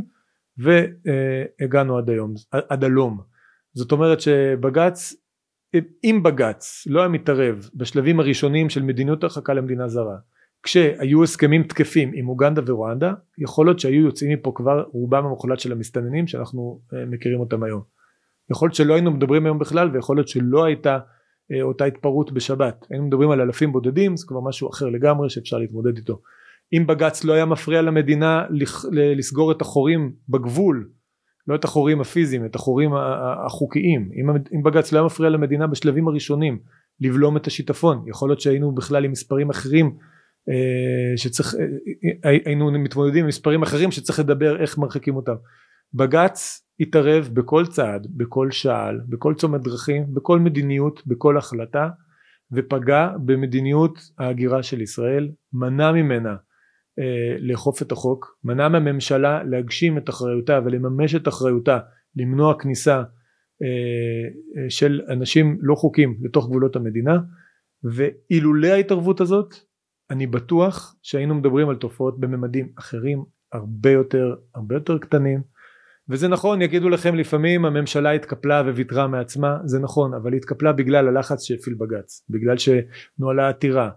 והגענו עד הלום. זאת אומרת שבג"ץ, אם בג"ץ לא היה מתערב בשלבים הראשונים של מדיניות הרחקה למדינה זרה, כשהיו הסכמים תקפים עם אוגנדה ורואנדה, יכול להיות שהיו יוצאים מפה כבר רובם המוחלט של המסתננים שאנחנו מכירים אותם היום. יכול להיות שלא היינו מדברים היום בכלל, ויכול להיות שלא הייתה אותה התפרעות בשבת. היינו מדברים על אלפים בודדים, זה כבר משהו אחר לגמרי שאפשר להתמודד איתו. אם בג"ץ לא היה מפריע למדינה לסגור את החורים בגבול, לא את החורים הפיזיים, את החורים החוקיים, אם בג"ץ לא היה מפריע למדינה בשלבים הראשונים לבלום את השיטפון, יכול להיות שהיינו בכלל עם מספרים אחרים, היינו מתמודדים עם מספרים אחרים שצריך לדבר איך מרחיקים אותם. בג"ץ התערב בכל צעד, בכל שעל, בכל צומת דרכים, בכל מדיניות, בכל החלטה, ופגע במדיניות ההגירה של ישראל, מנע ממנה לאכוף את החוק, מנע מהממשלה להגשים את אחריותה ולממש את אחריותה, למנוע כניסה של אנשים לא חוקיים לתוך גבולות המדינה, ואילולי ההתערבות הזאת, אני בטוח שהיינו מדברים על תופעות בממדים אחרים, הרבה יותר קטנים, וזה נכון, יגידו לכם לפעמים הממשלה התקפלה וויתרה מעצמה, זה נכון, אבל היא התקפלה בגלל הלחץ שהפעיל בג"ץ, בגלל שנוהלה עתירה,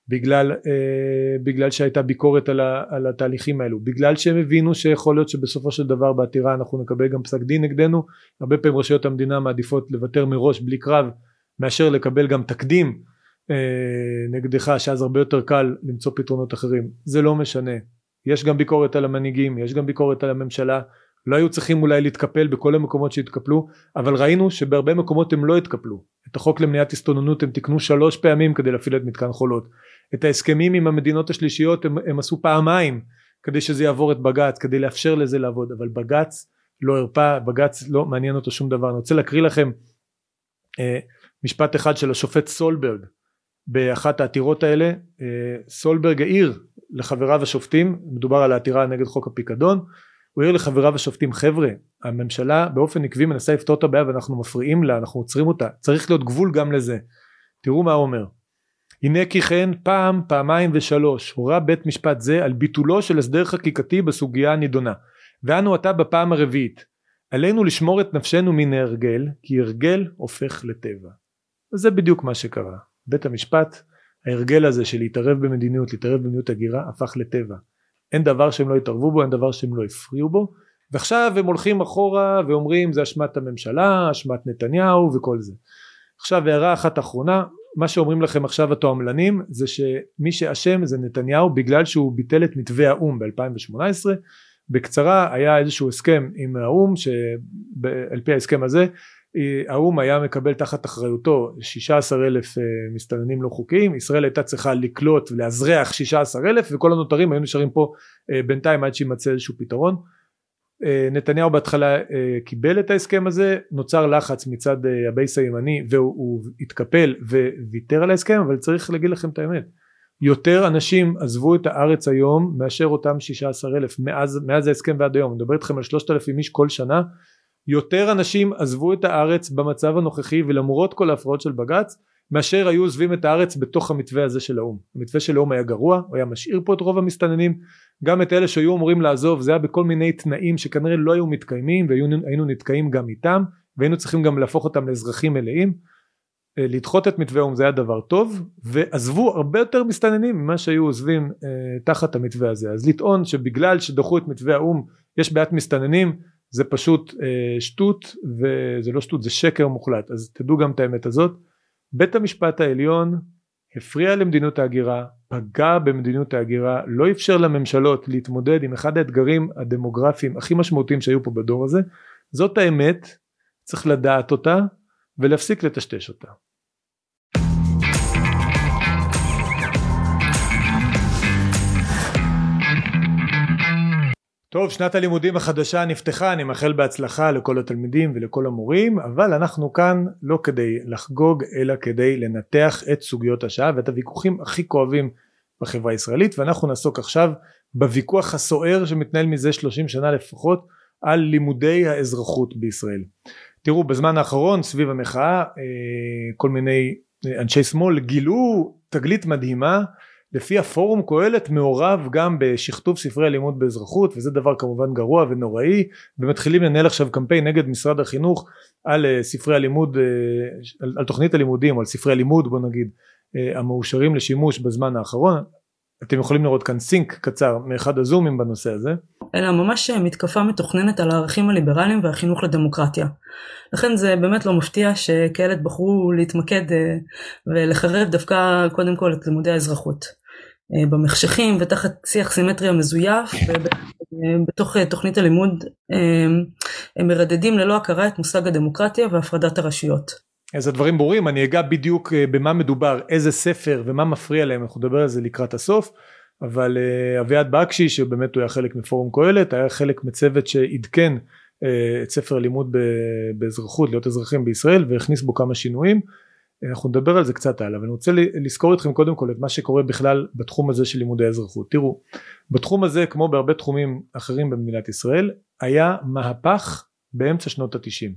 בגלל שהייתה ביקורת על התהליכים האלו, בגלל שהם הבינו שיכול להיות שבסופו של דבר בעתירה אנחנו נקבל גם פסק דין נגדנו. הרבה פעמים רשויות המדינה מעדיפות לוותר מראש בלי קרב, מאשר לקבל גם תקדים נגדך, שאז הרבה יותר קל למצוא פתרונות אחרים. זה לא משנה, יש גם ביקורת על המנהיגים, יש גם ביקורת על הממשלה, לא היו צריכים אולי להתקפל בכל המקומות שהתקפלו, אבל ראינו שבהרבה מקומות הם לא התקפלו. את החוק למניעת הסתננות הם תיקנו 3 פעמים כדי להפעיל את מתקן חולות. את ההסכמים עם המדינות השלישיות הם עשו פעמיים כדי שזה יעבור את בג"ץ, כדי לאפשר לזה לעבוד, אבל בג"ץ לא הרפא, בג"ץ לא מעניין אותו שום דבר. אני רוצה להקריא לכם משפט אחד של השופט סולברג באחת העתירות האלה. סולברג העיר לחבריו השופטים, מדובר על העתירה נגד חוק הפיקדון, הוא העיר לחבריו השופטים, חבר'ה, הממשלה באופן עקבי מנסה לפתור את הבעיה ואנחנו מפריעים לה, אנחנו עוצרים אותה, צריך להיות גבול גם לזה. תראו מה הוא אומר: הנה כי כן פעם, פעמיים ו3 הורה בית משפט זה על ביטולו של הסדר חקיקתי בסוגיה הנידונה, ואנו עתה בפעם הרביעית. עלינו לשמור את נפשנו מן ההרגל, כי הרגל הופך לטבע. וזה בדיוק מה שקרה. בית המשפט ההרגל הזה של להתערב במדיניות הגירה הפך לטבע. אין דבר שהם לא התערבו בו, אין דבר שהם לא הפריעו בו, ועכשיו הם הולכים אחורה ואומרים זה אשמת הממשלה, אשמת נתניהו וכל זה. עכשיו הערה אחת אחרונה, מה שאומרים לכם עכשיו התועמלנים זה שמי שאשם זה נתניהו בגלל שהוא ביטל את מתווה האום ב-2018. בקצרה, היה איזשהו הסכם עם האום שעל פי ההסכם הזה האום היה מקבל תחת אחריותו 16,000 מסתננים לא חוקיים, ישראל הייתה צריכה לקלוט ולאזרח 16,000 וכל הנותרים היו נשארים פה בינתיים עד שימצא איזשהו פתרון. נתניהו בהתחלה קיבל את ההסכם הזה, נוצר לחץ מצד הבייס הימני והוא התקפל וויתר על ההסכם, אבל צריך להגיד לכם את האמת, יותר אנשים עזבו את הארץ היום מאשר אותם 16,000 מאז ההסכם ועד היום. אני מדבר איתכם על 3,000 איש כל שנה, יותר אנשים עזבו את הארץ במצב הנוכחי ולמרות כל ההפרעות של בג"ץ מאשר היו עוזבים את הארץ בתוך המתווה הזה של האום. המתווה של האום היה גרוע, הוא היה משאיר פה את רוב המסתננים, גם את אלה שהיו אמורים לעזוב זה היה בכל מיני תנאים שכנראה לא היו מתקיימים והיינו נתקעים גם איתם והיינו צריכים גם להפוך אותם לאזרחים מלאים. לדחות את מתווה האום זה היה דבר טוב, ועזבו הרבה יותר מסתננים ממה שהיו עוזבים תחת המתווה הזה. אז לטעון שבגלל שדחו את מתווה האום יש בעיית מסתננים זה פשוט שטות, וזה לא שטות, זה שקר מוחלט. אז תדעו גם את האמת הזאת. בית המשפט העליון הפריע למדיניות ההגירה, פגע במדיניות ההגירה, לא אפשר לממשלות להתמודד עם אחד האתגרים הדמוגרפיים הכי משמעותיים שהיו פה בדור הזה. זאת האמת, צריך לדעת אותה ולהפסיק לטשטש אותה. טוב, שנת הלימודים החדשה נפתחה, אני מאחל בהצלחה לכל התלמידים ולכל המורים, אבל אנחנו כאן לא כדי לחגוג אלא כדי לנתח את סוגיות השעה ואת הוויכוחים הכי כואבים בחברה הישראלית, ואנחנו נעסוק עכשיו בוויכוח הסוער שמתנהל מזה 30 שנה לפחות על לימודי האזרחות בישראל. תראו, בזמן האחרון סביב המחאה כל מיני אנשי שמאל גילו תגלית מדהימה, לפי הפורום קהלת מעורב גם בשכתוב ספרי הלימוד באזרחות, וזה דבר כמובן גרוע ונוראי, ומתחילים לנהל עכשיו קמפיין נגד משרד החינוך על ספרי הלימוד, על תוכנית הלימודים או על ספרי הלימוד בוא נגיד המאושרים לשימוש בזמן האחרון. אתם יכולים לראות כאן סינק קצר מאחד הזומים בנושא הזה. אלא ממש מתקפה מתוכננת על הערכים הליברליים והחינוך לדמוקרטיה. לכן זה באמת לא מפתיע שקהלת בחרו להתמקד ולחרב דווקא קודם כל את לימודי האזרחות. במחשכים ותחת שיח סימטריה מזויף, ובתוך תוכנית הלימוד הם מרדדים ללא הכרה את מושג הדמוקרטיה והפרדת הרשויות. אז הדברים ברורים, אני אגע בדיוק במה מדובר, איזה ספר ומה מפריע להם, אנחנו נדבר על זה לקראת הסוף, אבל אביעד בקשי שבאמת הוא היה חלק מפורום קהלת, היה חלק מצוות שעדכן את ספר הלימוד באזרחות, להיות אזרחים בישראל, והכניס בו כמה שינויים, אנחנו נדבר על זה קצת הלאה, אבל אני רוצה לזכור אתכם קודם כל את מה שקורה בכלל בתחום הזה של לימודי האזרחות. תראו, בתחום הזה כמו בהרבה תחומים אחרים במדינת ישראל, היה מהפך באמצע שנות ה-90.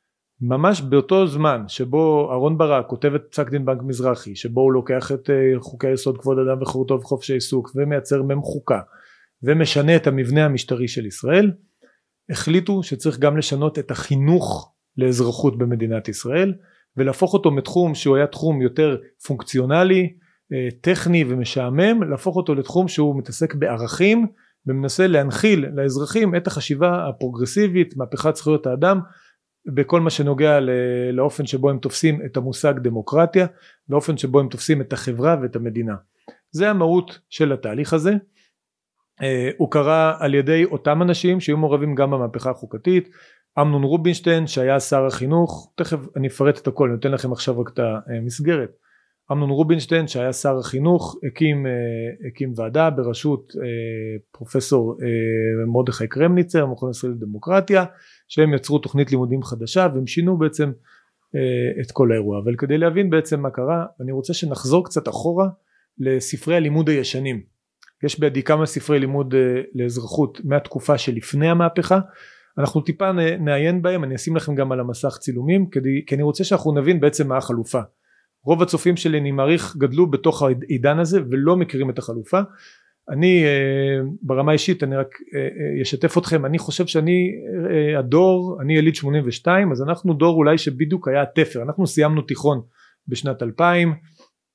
ממש באותו זמן שבו אהרון ברק כותב את פסק דין בנק מזרחי, שבו הוא לוקח את חוקי היסוד כבוד אדם וחירותו וחופש העיסוק ומייצר מהם חוקה ומשנה את המבנה המשטרי של ישראל, החליטו שצריך גם לשנות את החינוך לאזרחות במדינת ישראל ולהפוך אותו מתחום שהוא היה תחום יותר פונקציונלי, טכני ומשעמם, להפוך אותו לתחום שהוא מתעסק בערכים ומנסה להנחיל לאזרחים את החשיבה הפרוגרסיבית, מהפכת זכויות האדם, בכל מה שנוגע לאופן שבו הם תופסים את המושג דמוקרטיה, לאופן שבו הם תופסים את החברה ואת המדינה. זה המהות של התהליך הזה. הוא קרה על ידי אותם אנשים שהיו מעורבים גם במהפכה החוקתית, אמנון רובינשטיין שהיה שר החינוך, תכף אני אפרט את הכל, אני נותן לכם עכשיו רק את המסגרת. אמנון רובינשטיין שהיה שר החינוך הקים ועדה בראשות פרופסור מרדכי קרמניצר, המכון הישראלי לדמוקרטיה, שהם יצרו תוכנית לימודים חדשה והם שינו בעצם את כל האירוע. אבל כדי להבין בעצם מה קרה, אני רוצה שנחזור קצת אחורה לספרי הלימוד הישנים. יש בידי כמה ספרי לימוד לאזרחות מהתקופה שלפני המהפכה, אנחנו טיפה נעיין בהם, אני אשים לכם גם על המסך צילומים, כי אני רוצה שאנחנו נבין בעצם מה החלופה. רוב הצופים שלי אני מעריך גדלו בתוך העידן הזה ולא מכירים את החלופה. אני ברמה אישית אני רק אשתף אתכם, אני חושב שאני הדור, אני יליד 82, אז אנחנו דור אולי שבדיוק היה התפר, אנחנו סיימנו תיכון בשנת 2000,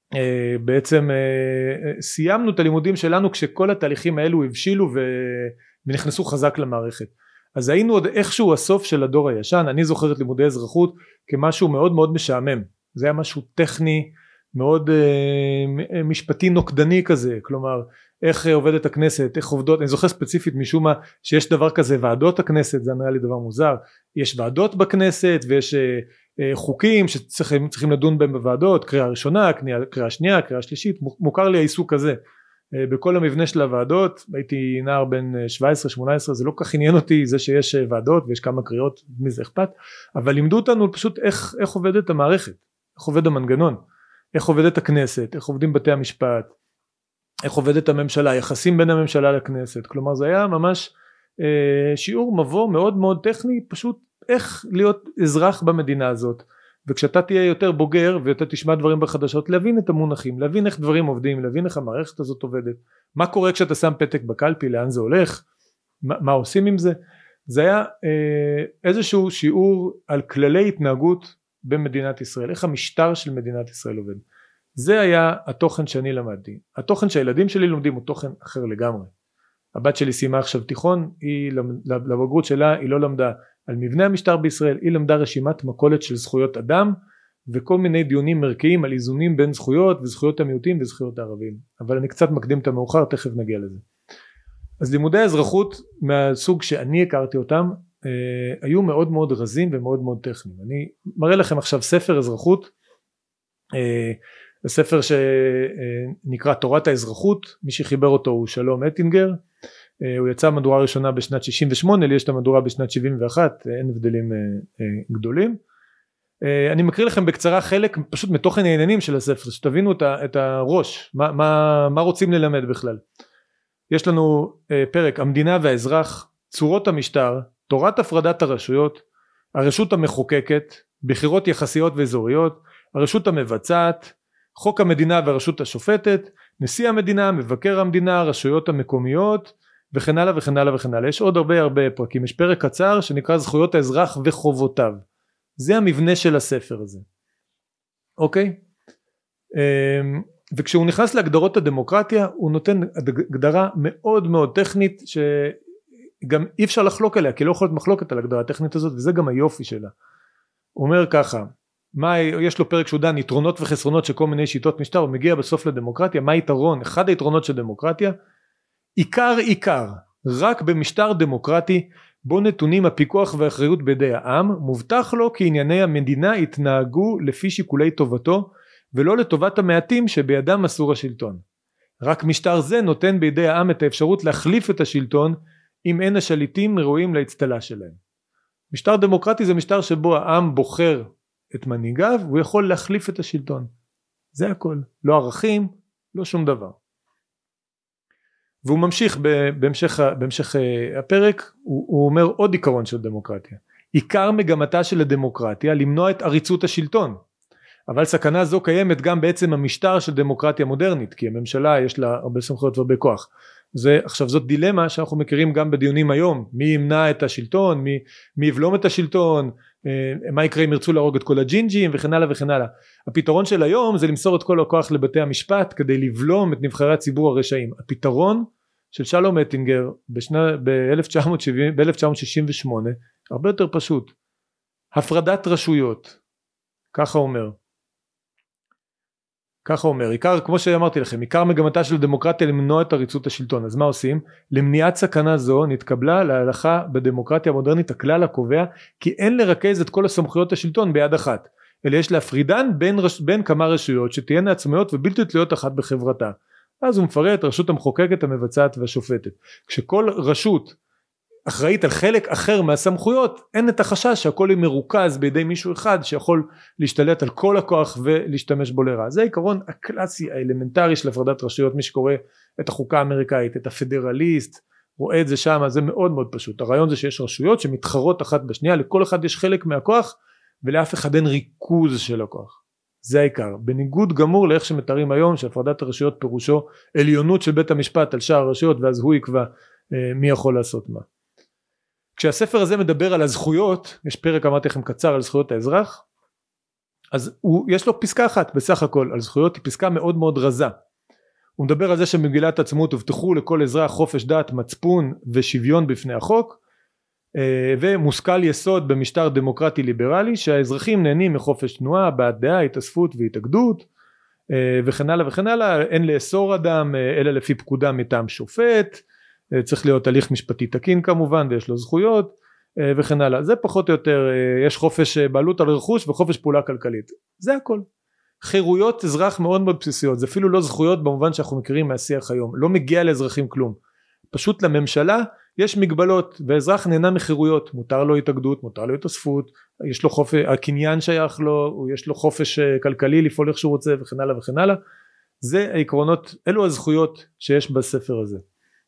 בעצם סיימנו את הלימודים שלנו כשכל התהליכים האלו הבשילו ונכנסו חזק למערכת. אז היינו עוד איכשהו הסוף של הדור הישן. אני זוכר את לימודי אזרחות כמשהו מאוד מאוד משעמם, זה היה משהו טכני מאוד משפטי נוקדני כזה, כלומר איך עובדת הכנסת, איך עובדות, אני זוכר ספציפית משום מה שיש דבר כזה ועדות הכנסת, זה נראה לי דבר מוזר, יש ועדות בכנסת ויש חוקים שצריכים לדון בהם בוועדות, קריאה ראשונה, קריאה שנייה, קריאה שלישית, מוכר לי העיסוק הזה בכל המבנה של הוועדות. הייתי נער בן 17-18, זה לא כך עניין אותי זה שיש ועדות ויש כמה קריאות, מי זה אכפת, אבל לימדו אותנו פשוט איך עובדת המערכת, איך עובד המנגנון, איך עובדת הכנסת, איך עובדים בתי המשפט, איך עובדת הממשלה, יחסים בין הממשלה לכנסת. כלומר זה היה ממש שיעור מבוא מאוד מאוד טכני, פשוט איך להיות אזרח במדינה הזאת. וכשאתה תהיה יותר בוגר ואתה תשמע דברים בחדשות, להבין את המונחים, להבין איך דברים עובדים, להבין איך המערכת הזאת עובדת, מה קורה כשאתה שם פתק בקלפי, לאן זה הולך, מה עושים עם זה. זה היה איזשהו שיעור על כללי התנהגות במדינת ישראל, איך המשטר של מדינת ישראל עובד. זה היה התוכן שאני למדתי. התוכן שהילדים שלי לומדים הוא תוכן אחר לגמרי. הבת שלי סיימה עכשיו תיכון, היא לבגרות שלה היא לא למדה על מבנה המשטר בישראל, היא למדה רשימת מכולת של זכויות אדם וכל מיני דיונים מרכיים על איזונים בין זכויות וזכויות המיעוטים וזכויות הערבים, אבל אני קצת מקדים את המאוחר, תכף נגיע לזה. אז לימודי האזרחות מהסוג שאני הכרתי אותם היו מאוד מאוד רזים ומאוד מאוד טכניים. אני מראה לכם עכשיו ספר אזרחות, הספר שנקרא תורת האזרחות, מי שחיבר אותו הוא שלום אטינגר, הוא יצא מהדורה ראשונה בשנת 68, לי יש את המהדורה בשנת 71, אין הבדלים גדולים. אני מקריא לכם בקצרה חלק פשוט מתוכן העניינים של הספר, שתבינו את הראש, מה רוצים ללמד בכלל. יש לנו פרק המדינה והאזרח, צורות המשטר, תורת הפרדת הרשויות, הרשות המחוקקת, בחירות יחסיות ואזוריות, הרשות המבצעת, חוק המדינה והרשות השופטת, נשיא המדינה, מבקר המדינה, הרשויות המקומיות וכן הלאה וכן הלאה וכן הלאה. יש עוד הרבה פרקים, יש פרק קצר שנקרא זכויות האזרח וחובותיו. זה המבנה של הספר הזה. אוקיי? וכשהוא נכנס להגדרות הדמוקרטיה הוא נותן הגדרה מאוד מאוד טכנית שגם אי אפשר לחלוק עליה, כי לא יכול להיות מחלוקת על הגדרה הטכנית הזאת, וזה גם היופי שלה. הוא אומר ככה, יש לו פרק שהוא דן יתרונות וחסרונות של כל מיני שיטות משטר, הוא מגיע בסוף לדמוקרטיה. מה היתרון? אחד היתרונות של דמוקרטיה, עיקר רק במשטר דמוקרטי בו נתונים הפיקוח והאחריות בידי העם, מובטח לו כי ענייני המדינה יתנהגו לפי שיקולי טובתו ולא לטובת המעטים שבידם אסור השלטון. רק משטר זה נותן בידי העם את האפשרות להחליף את השלטון אם אין השליטים ראויים להצטלה שלהם. משטר דמוקרטי זה משטר שבו העם בוחר את מנהיגיו והוא יכול להחליף את השלטון. זה הכל, לא ערכים, לא שום דבר. והוא ממשיך בהמשך הפרק, הוא אומר עוד עיקרון של דמוקרטיה. עיקר מגמתה של הדמוקרטיה למנוע את עריצות השלטון, אבל סכנה זו קיימת גם בעצם המשטר של דמוקרטיה מודרנית, כי הממשלה יש לה הרבה סמכויות והרבה כוח. עכשיו זאת דילמה שאנחנו מכירים גם בדיונים היום, מי ימנע את השלטון, מי יבלום את השלטון, מה יקרה אם ירצו להרוג את כל הג'ינג'ים וכן הלאה וכן הלאה. הפתרון של היום זה למסור את כל הכוח לבתי המשפט כדי לבלום את נבחרי הציבור הרשעים. הפתרון של שלום אטינגר ב-1968 הרבה יותר פשוט, הפרדת רשויות. ככה אומר, עיקר, כמו שאמרתי לכם, עיקר מגמתה של דמוקרטיה למנוע את עריצות השלטון. אז מה עושים? למניעת סכנה זו נתקבלה להלכה בדמוקרטיה המודרנית הכלל הקובע כי אין לרכז את כל הסמכויות השלטון ביד אחת, אלא יש להפרידן בין כמה רשויות שתהיינה עצמאיות ובלתי תלויות אחת בחברתה. אז הוא מפרט רשות המחוקקת, המבצעת והשופטת. כשכל רשות אחראית על חלק אחר מהסמכויות, אין את החשש שהכל היא מרוכז בידי מישהו אחד שיכול להשתלט על כל הכוח ולהשתמש בו לרע. זה העיקרון הקלאסי האלמנטרי של הפרדת רשויות. מי שקורא את החוקה האמריקאית, את הפדרליסט, רואה את זה שם, זה מאוד מאוד פשוט. הרעיון זה שיש רשויות שמתחרות אחת בשנייה, לכל אחד יש חלק מהכוח ולאף אחד אין ריכוז של הכוח. זה העיקר, בניגוד גמור לאיך שמתארים היום שהפרדת הרשויות פירושו עליונות של בית המשפט על שאר הרשויות ואז הוא יקבע מי יכול לעשות מה. כשהספר הזה מדבר על הזכויות, יש פרק אמרתי לכם קצר על זכויות האזרח, אז יש לו פסקה אחת בסך הכל על זכויות, היא פסקה מאוד מאוד רזה. הוא מדבר על זה שמגילת העצמאות הובטחו לכל אזרח חופש דת, מצפון ושוויון בפני החוק, ומושכל יסוד במשטר דמוקרטי ליברלי שהאזרחים נהנים מחופש תנועה, בעד דעה, התאספות והתאגדות וכן הלאה וכן הלאה. אין לאסור אדם אלא לפי פקודה מטעם שופט, צריך להיות הליך משפטי תקין כמובן ויש לו זכויות וכן הלאה. זה פחות או יותר, יש חופש בעלות על רכוש וחופש פעולה כלכלית, זה הכל. חירויות אזרח מאוד מאוד בסיסיות, זה אפילו לא זכויות במובן שאנחנו מכירים מהשיח היום, לא מגיע לאזרחים כלום, פשוט לממשלה יש מגבלות ואזרח נהנה מחירויות, מותר לו התאגדות, מותר לו התאספות, יש לו חופש, הקניין שייך לו, יש לו חופש כלכלי לפעול איך שהוא רוצה וכן הלאה וכן הלאה. זה העקרונות, אלו הזכויות שיש בספר הזה.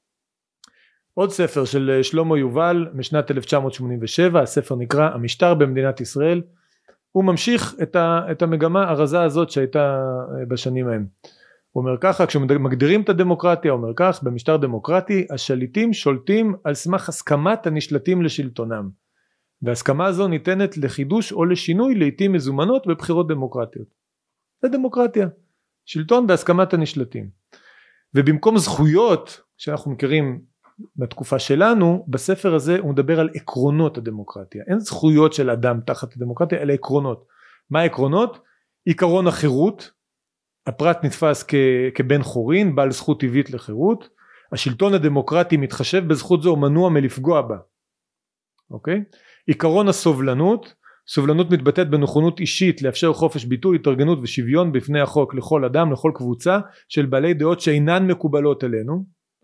עוד ספר של שלמה יובל משנת 1987, הספר נקרא המשטר במדינת ישראל, הוא ממשיך את המגמה הרזה הזאת שהייתה בשנים ההם. הוא אומר ככה, כשמגדירים את הדמוקרטיה, הוא אומר כך, במשטר דמוקרטי השליטים שולטים על סמך הסכמת הנשלטים לשלטונם, והסכמה הזו ניתנת לחידוש או לשינוי לעתים מזומנות בבחירות דמוקרטיות. זה דמוקרטיה, שלטון בהסכמת הנשלטים. ובמקום זכויות שאנחנו מכירים בתקופה שלנו, בספר הזה הוא מדבר על עקרונות הדמוקרטיה. אין זכויות של אדם תחת הדמוקרטיה, אלא עקרונות. מה העקרונות? עיקרון החירות, הפרט נתפס כבן חורין, בעל זכות טבעית לחירות, השלטון הדמוקרטי מתחשב בזכות זו ומנוע מלפגוע בה. אוקיי? עיקרון הסובלנות, סובלנות מתבטאת בנכונות אישית לאפשר חופש ביטוי, התארגנות ושוויון בפני החוק לכל אדם, לכל קבוצה של בעלי דעות שאינן מקובלות אלינו.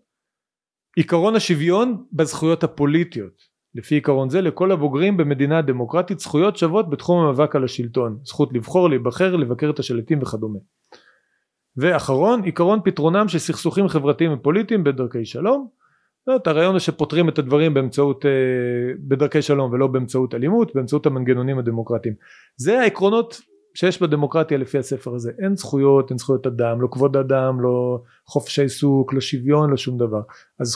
עיקרון השוויון בזכויות הפוליטיות, לפי עיקרון זה לכל הבוגרים במדינה דמוקרטית זכויות שוות בתחום המאבק על השלטון, זכות לבחור, להיבחר, לבקר את השליטים וכדומה. ואחרון, עיקרון פתרונם של סכסוכים חברתיים ופוליטיים בדרכי שלום. הרעיון הוא שפותרים את הדברים בדרכי שלום ולא באמצעות אלימות, באמצעות המנגנונים הדמוקרטיים. זה העקרונות שיש בדמוקרטיה לפי הספר הזה. אין זכויות, אין זכויות אדם, לא כבוד אדם, לא חופש העיסוק, לא שוויון, לא שום דבר.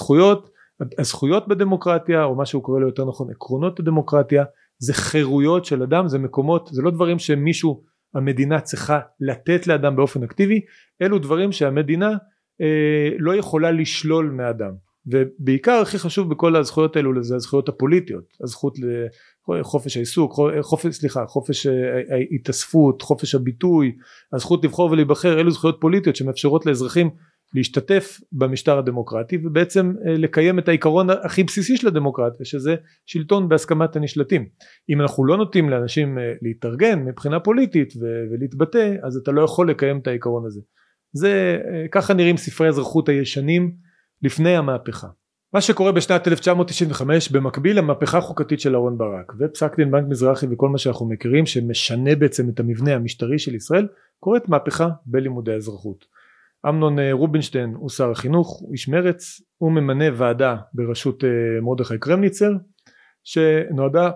הזכויות בדמוקרטיה, או מה שהוא קורא לו יותר נכון, עקרונות הדמוקרטיה, זה חירויות של אדם, זה מקומות, זה לא דברים שמישהו, המדינה צריכה לתת לאדם באופן אקטיבי, אלו דברים שהמדינה לא יכולה לשלול מאדם. ובעיקר הכי חשוב בכל הזכויות האלו זה הזכויות הפוליטיות, הזכות לחופש העיסוק, חופש ההתאספות, חופש הביטוי, הזכות לבחור ולהיבחר, אלו זכויות פוליטיות שמאפשרות לאזרחים להשתתף במשטר הדמוקרטי ובעצם לקיים את העיקרון הכי בסיסי של הדמוקרטיה, שזה שלטון בהסכמת הנשלטים. אם אנחנו לא נותנים לאנשים להתארגן מבחינה פוליטית ולהתבטא, אז אתה לא יכול לקיים את העיקרון הזה. זה ככה נראים ספרי אזרחות הישנים לפני המהפכה. מה שקורה בשנת 1995 במקביל למהפכה החוקתית של אהרן ברק ופסק דין בנק מזרחי וכל מה שאנחנו מכירים שמשנה בעצם את המבנה המשטרי של ישראל, קורית מהפכה בלימודי האזרחות. אמנון רובינשטיין הוא שר החינוך, הוא איש מרץ, הוא ממנה ועדה בראשות מרדכי קרמניצר שנועדה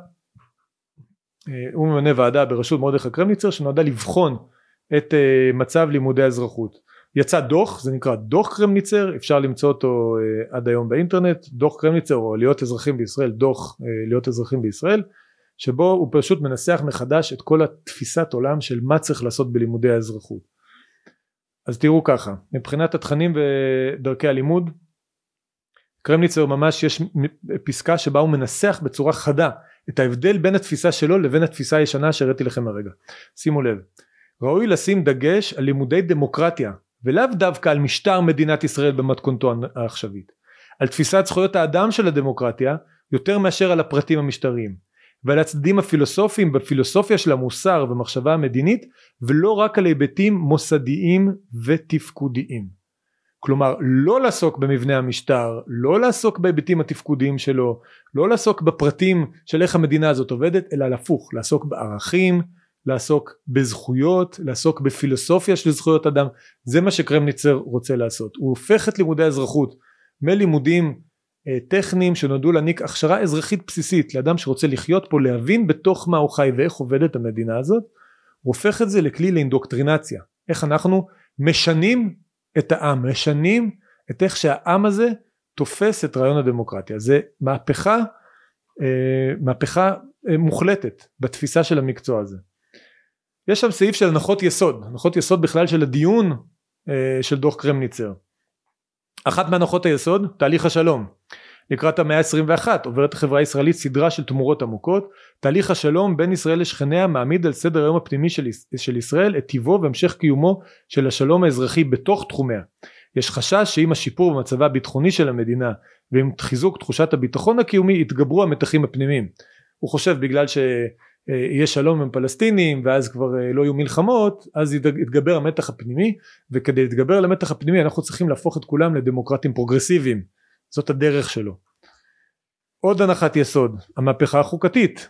לבחון את מצב לימודי האזרחות. יצא דוח, זה נקרא דוח קרמניצר, אפשר למצוא אותו עד היום באינטרנט, דוח קרמניצר או להיות אזרחים בישראל, דוח להיות אזרחים בישראל, שבו הוא פשוט מנסח מחדש את כל התפיסת עולם של מה צריך לעשות בלימודי האזרחות. אז תראו ככה, מבחינת התכנים ודרכי הלימוד, קרמניצר ממש יש פסקה שבה הוא מנסח בצורה חדה את ההבדל בין התפיסה שלו לבין התפיסה הישנה שהראיתי לכם הרגע. שימו לב, ראוי לשים דגש על לימודי דמוקרטיה, ולאו דווקא על משטר מדינת ישראל במתכונתו העכשווית, על תפיסת זכויות האדם של הדמוקרטיה יותר מאשר על הפרטים המשטריים, ועל הצדדים הפילוסופיים בפילוסופיה של המוסר ומחשבה המדינית, ולא רק על היבטים מוסדיים ותפקודיים. כלומר לא לעסוק במבנה המשטר, לא לעסוק בהיבטים התפקודיים שלו, לא לעסוק בפרטים של איך המדינה הזאת עובדת, אלא להפוך, לעסוק בערכים, לעסוק בזכויות, לעסוק בפילוסופיה של זכויות אדם. זה מה שקרמניצר רוצה לעשות. הוא הופך את לימודי האזרחות מלימודים טכניים שנועדו להעניק הכשרה אזרחית בסיסית לאדם שרוצה לחיות פה, להבין בתוך מה הוא חי ואיך עובדת המדינה הזאת. הוא הופך את זה לכלי לאינדוקטרינציה, איך אנחנו משנים את העם, משנים את איך שהעם הזה תופס את רעיון הדמוקרטיה. זה מהפכה מוחלטת בתפיסה של המקצוע הזה. יש שם סעיף של הנחות יסוד בכלל של הדיון של דוח קרמניצר. אחת מהנחות היסוד, תהליך השלום. לקראת המאה ה-21 עוברת החברה הישראלית סדרה של תמורות עמוקות. תהליך השלום בין ישראל לשכניה מעמיד על סדר היום הפנימי של ישראל את טיבו והמשך קיומו של השלום האזרחי בתוך תחומיה. יש חשש שעם השיפור במצבה הביטחוני של המדינה ועם חיזוק תחושת הביטחון הקיומי יתגברו המתחים הפנימיים. הוא חושב בגלל שיהיה שלום עם פלסטינים ואז כבר לא יהיו מלחמות, אז יתגבר המתח הפנימי, וכדי להתגבר על המתח הפנימי אנחנו צריכים להפוך את כולם לדמוקרטים פרוגרסיביים. זאת הדרך שלו. עוד הנחת יסוד, המהפכה החוקתית.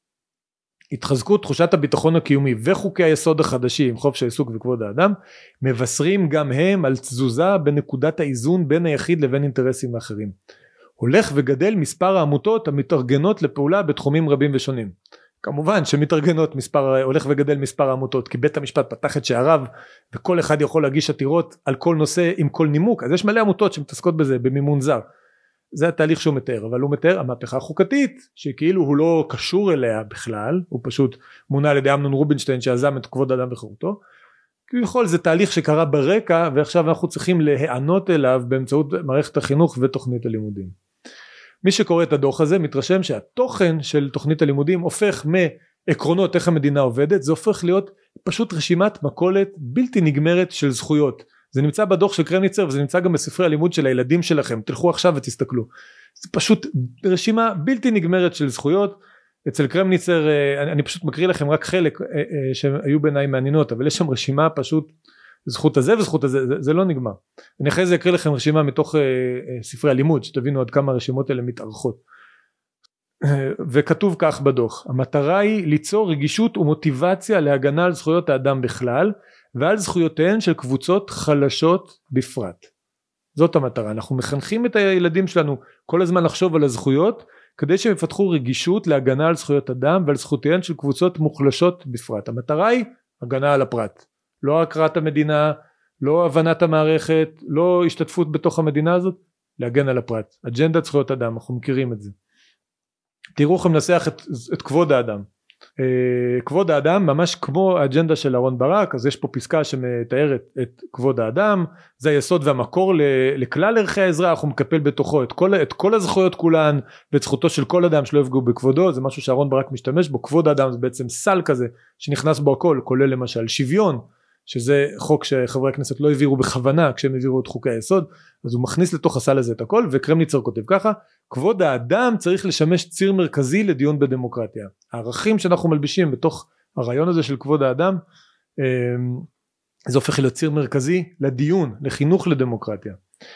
התחזקות תחושת הביטחון הקיומי וחוקי היסוד החדשים, חופש העיסוק וכבוד האדם, מבשרים גם הם על תזוזה בנקודת האיזון בין היחיד לבין אינטרסים האחרים. הולך וגדל מספר העמותות המתארגנות לפעולה בתחומים רבים ושונים. כמובן הולך וגדל מספר העמותות, כי בית המשפט פתח את שעריו, וכל אחד יכול להגיש עתירות על כל נושא עם כל נימוק, אז יש מלא עמותות שמתעסקות בזה במימון זר. זה התהליך שהוא מתאר, אבל הוא מתאר המהפכה החוקתית, שכאילו הוא לא קשור אליה בכלל, הוא פשוט מונה על ידי אמנון רובינשטיין שיזם את כבוד האדם וחירותו, כביכול זה תהליך שקרה ברקע, ועכשיו אנחנו צריכים להיענות אליו באמצעות מערכת החינוך ותוכנית הלימודים. מי שקורא את הדוח הזה מתרשם שהתוכן של תוכנית הלימודים הופך מעקרונות איך המדינה עובדת, זה הופך להיות פשוט רשימת מכולת בלתי נגמרת של זכויות. זה נמצא בדוח של קרמניצר וזה נמצא גם בספרי הלימוד של הילדים שלכם, תלכו עכשיו ותסתכלו. זה פשוט רשימה בלתי נגמרת של זכויות. אצל קרמניצר, אני פשוט מקריא לכם רק חלק שהיו בעיניי מעניינות, אבל יש שם רשימה פשוט זכות הזה וזכות הזה, זה לא נגמר. אני אחרי זה אקריא לכם רשימה מתוך ספרי הלימוד, שתבינו עד כמה הרשימות האלה מתארכות. וכתוב כך בדוח, המטרה היא ליצור רגישות ומוטיבציה להגנה על זכויות האדם בכלל, ועל זכויותיהן של קבוצות חלשות בפרט. זאת המטרה, אנחנו מחנכים את הילדים שלנו כל הזמן לחשוב על הזכויות, כדי שהם יפתחו רגישות להגנה על זכויות אדם ועל זכויותיהן של קבוצות מוחלשות בפרט. המטרה היא הגנה על הפרט. לא הקראת המדינה, לא הבנת המערכת, לא השתתפות בתוך המדינה הזאת, להגן על הפרט. אג'נדת זכויות אדם, אנחנו מכירים את זה. תראו איך מנסח את כבוד האדם. כבוד האדם ממש כמו האג'נדה של אהרן ברק, אז יש פה פסקה שמתארת את כבוד האדם, זה היסוד והמקור לכלל ערכי האזרח, הוא מקפל בתוכו את כל הזכויות כולן, ואת זכותו של כל אדם שלא יפגעו בכבודו, זה משהו שאהרן ברק משתמש בו. כבוד האדם זה בעצם סל כזה, שנכנס בו הכל, כולל למשל שוויון, שזה חוק שחברי הכנסת לא העבירו בכוונה כשהם העבירו את חוקי היסוד, אז הוא מכניס לתוך הסל הזה את הכל, וקרמניצר כותב ככה, כבוד האדם צריך לשמש ציר מרכזי לדיון בדמוקרטיה. הערכים שאנחנו מלבישים בתוך הרעיון הזה של כבוד האדם, זה הופך להיות ציר מרכזי לדיון, לחינוך לדמוקרטיה.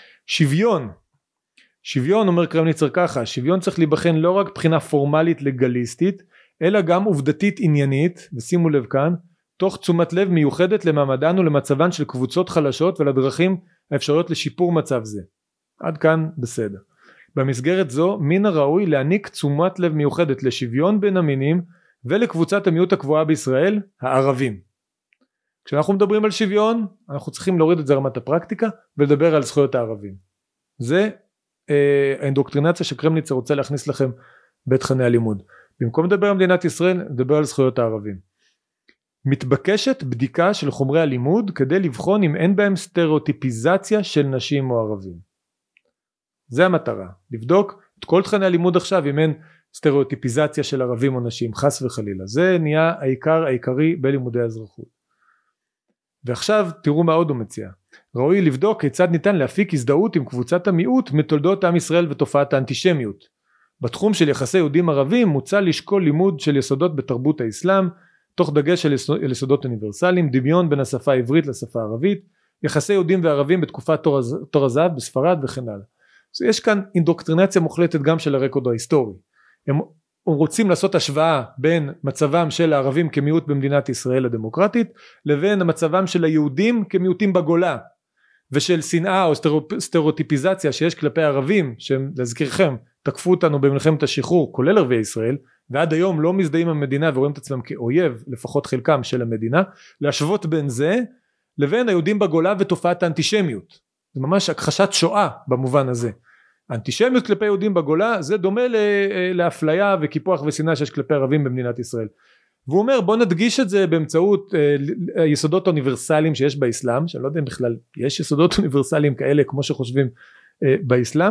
שוויון אומר קרמניצר ככה, שוויון צריך להיבחן לא רק בחינה פורמלית לגליסטית, אלא גם עובדתית עניינית, ושימו לב כאן, תוך תשומת לב מיוחדת למעמדן ולמצבן של קבוצות חלשות ולדרכים האפשריות לשיפור מצב זה. עד כאן בסדר. במסגרת זו מן הראוי להעניק תשומת לב מיוחדת לשוויון בין המינים ולקבוצת המיעוט הקבועה בישראל, הערבים. כשאנחנו מדברים על שוויון אנחנו צריכים להוריד את זה רמת הפרקטיקה ולדבר על זכויות הערבים. זה האינדוקטרינציה שקרמניצר רוצה להכניס לכם בתכני הלימוד. במקום לדבר על מדינת ישראל, לדבר על זכויות הערבים. מתבקשת בדיקה של חומרי הלימוד כדי לבחון אם אין בהם סטריאוטיפיזציה של נשים או ערבים. זה המטרה, לבדוק את כל תכני הלימוד עכשיו אם אין סטריאוטיפיזציה של ערבים או נשים, חס וחלילה. זה נהיה העיקרי בלימודי האזרחות. ועכשיו תראו מה עוד הוא מציע. ראוי לבדוק כיצד ניתן להפיק הזדהות עם קבוצת המיעוט מתולדות עם ישראל ותופעת האנטישמיות. בתחום של יחסי יהודים ערבים מוצע לשקול לימוד של יסודות בתרבות האסלאם, תוך דגש על יסודות אוניברסליים, דמיון בין השפה העברית לשפה הערבית, יחסי יהודים וערבים בתקופת תור הזהב בספרד וכן הלאה. אז יש כאן אינדוקטרינציה מוחלטת גם של הרקורד ההיסטורי. הם רוצים לעשות השוואה בין מצבם של הערבים כמיעוט במדינת ישראל הדמוקרטית, לבין מצבם של היהודים כמיעוטים בגולה, ושל שנאה או סטריאוטיפיזציה שיש כלפי הערבים, שהם להזכירכם תקפו אותנו במלחמת השחרור, כולל ערביי ישראל, ועד היום לא מזדהים עם המדינה ורואים את עצמם כאויב, לפחות חלקם של המדינה, להשוות בין זה לבין היהודים בגולה ותופעת האנטישמיות. זה ממש הכחשת שואה במובן הזה. האנטישמיות כלפי יהודים בגולה זה דומה לאפליה וקיפוח ושנאה שיש כלפי ערבים במדינת ישראל. והוא אומר בוא נדגיש את זה באמצעות יסודות אוניברסליים שיש באסלאם, שאני לא יודע אם בכלל יש יסודות אוניברסליים כאלה כמו שחושבים באסלאם,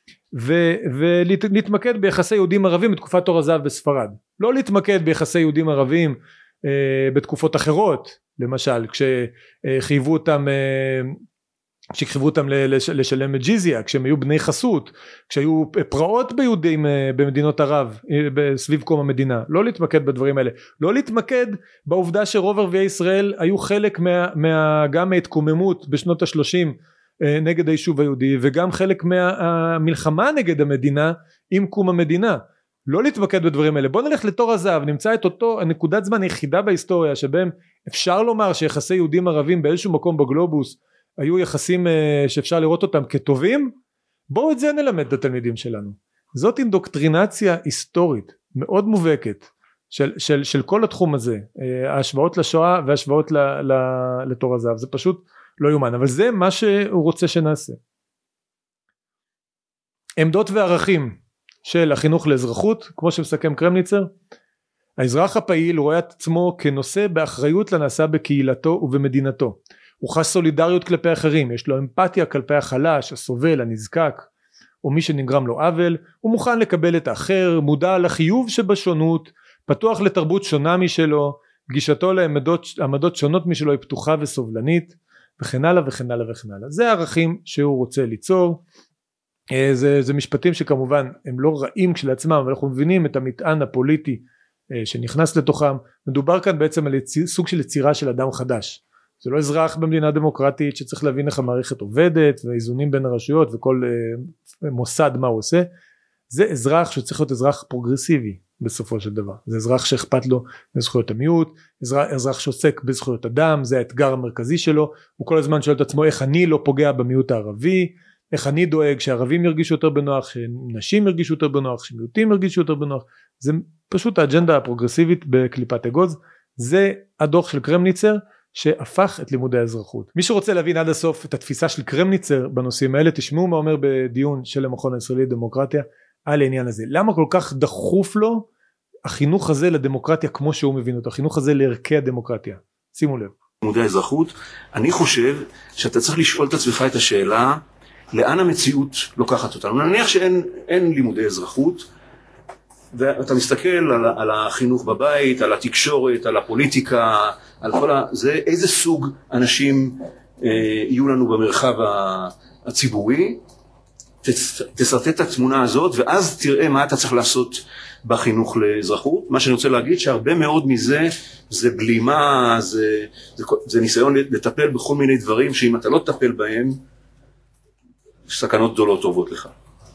ולהתמקד ביחסי יהודים ערבים בתקופת תור הזהב בספרד, לא להתמקד ביחסי יהודים ערבים בתקופות אחרות, למשל כשחייבו אותם לשלם ג'יזיה, כשהם היו בני חסות, כשהיו פרעות ביהודים במדינות ערב סביב קום המדינה, לא להתמקד בדברים האלה, לא להתמקד בעובדה שרוב ערביי ישראל היו חלק גם מההתקוממות בשנות ה-30 נגד היישוב היהודי, וגם חלק מהמלחמה נגד המדינה עם קום המדינה, לא להתמקד בדברים האלה. בוא נלך לתור הזהב, נמצא את אותו הנקודת זמן היחידה בהיסטוריה שבהם אפשר לומר שיחסי יהודים ערבים באיזשהו מקום בגלובוס היו יחסים שאפשר לראות אותם כטובים. בואו את זה נלמד את התלמידים שלנו. זאת אינדוקטרינציה היסטורית מאוד מובהקת של כל התחום הזה, ההשוואות לשואה וההשוואות לתור הזהב, זה פשוט לא יומן, אבל זה מה שהוא רוצה שנעשה. עמדות וערכים של החינוך לאזרחות, כמו שמסכם קרמניצר, האזרח הפעיל רואה את עצמו כנושא באחריות לנעשה בקהילתו ובמדינתו, הוא חש סולידריות כלפי אחרים, יש לו אמפתיה כלפי החלש, הסובל, הנזקק, או מי שנגרם לו עוול, הוא מוכן לקבל את האחר, מודע לחיוב שבשונות, פתוח לתרבות שונה משלו, גישתו לעמדות שונות משלו היא פתוחה וסובלנית, וכן הלאה וכן הלאה וכן הלאה. זה הערכים שהוא רוצה ליצור. זה משפטים שכמובן הם לא רעים כשלעצמם, אבל אנחנו מבינים את המטען הפוליטי שנכנס לתוכם. מדובר כאן בעצם על סוג של יצירה של אדם חדש, זה לא אזרח במדינה דמוקרטית שצריך להבין איך המערכת עובדת ואיזונים בין הרשויות וכל מוסד מה הוא עושה, זה אזרח שצריך להיות אזרח פרוגרסיבי בסופו של דבר, זה אזרח שאכפת לו מזכויות המיעוט, אזרח שעוסק בזכויות אדם, זה האתגר המרכזי שלו, הוא כל הזמן שואל את עצמו איך אני לא פוגע במיעוט הערבי, איך אני דואג שהערבים ירגישו יותר בנוח, שנשים ירגישו יותר בנוח, שמיעוטים ירגישו יותר בנוח, זה פשוט האג'נדה הפרוגרסיבית בקליפת אגוז, זה הדוח של קרמניצר שהפך את לימודי האזרחות. מי שרוצה להבין עד הסוף את התפיסה של קרמניצר בנושאים האלה, תשמעו מה אומר בדיון של המכון הישראלי לדמוקרטיה על העניין הזה. למה כל כך דחוף לו החינוך הזה לדמוקרטיה כמו שהוא מבין אותו, החינוך הזה לערכי הדמוקרטיה. שימו לב. לימודי האזרחות, אני חושב שאתה צריך לשאול את עצמך את השאלה, לאן המציאות לוקחת אותנו. נניח שאין לימודי אזרחות, ואתה מסתכל על החינוך בבית, על התקשורת, על הפוליטיקה, על כל זה, איזה סוג אנשים יהיו לנו במרחב הציבורי, תסרטט את התמונה הזאת, ואז תראה מה אתה צריך לעשות בחינוך לאזרחות. מה שאני רוצה להגיד, שהרבה מאוד מזה, זה בלימה, זה ניסיון לטפל בכל מיני דברים, שאם אתה לא תטפל בהם, סכנות גדולות טובות לך.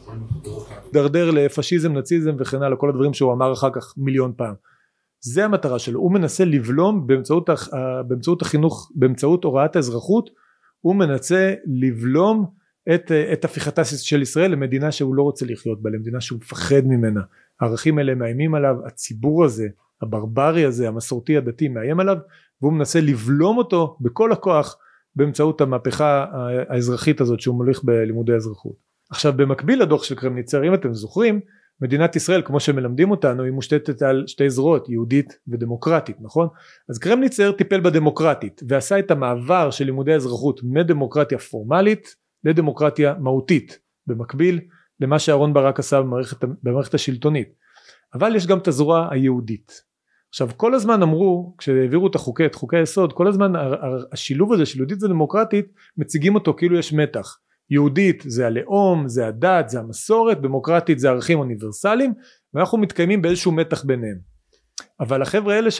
דרדר לפשיזם, נאציזם וכן הלאה, כל הדברים שהוא אמר אחר כך מיליון פעם. זה המטרה שלו, הוא מנסה לבלום באמצעות החינוך, באמצעות הוראת האזרחות, הוא מנסה לבלום את הפיכתה של ישראל למדינה שהוא לא רוצה לחיות בה, למדינה שהוא מפחד ממנה. הערכים האלה מאיימים עליו, הציבור הזה, הברברי הזה, המסורתי הדתי מאיים עליו, והוא מנסה לבלום אותו בכל הכוח באמצעות המהפכה האזרחית הזאת שהוא מוליך בלימודי האזרחות. עכשיו במקביל לדוח של קרמניצר, אם אתם זוכרים, מדינת ישראל כמו שמלמדים אותנו היא מושתתת על שתי זרועות, יהודית ודמוקרטית, נכון? אז קרמניצר טיפל בדמוקרטית ועשה את המעבר של לימודי האזרחות מדמוקרטיה פורמלית לדמוקרטיה מהותית, במקביל למה שאהרון ברק עשה במערכת השלטונית. אבל יש גם את הזרוע היהודית. עכשיו כל הזמן אמרו, כשהעבירו את חוקי היסוד, כל הזמן השילוב הזה של יהודית ודמוקרטית מציגים אותו כאילו יש מתח. יהודית זה הלאום, זה הדת, זה המסורת, דמוקרטית זה ערכים אוניברסליים, ואנחנו מתקיימים באיזשהו מתח ביניהם. אבל החבר'ה האלה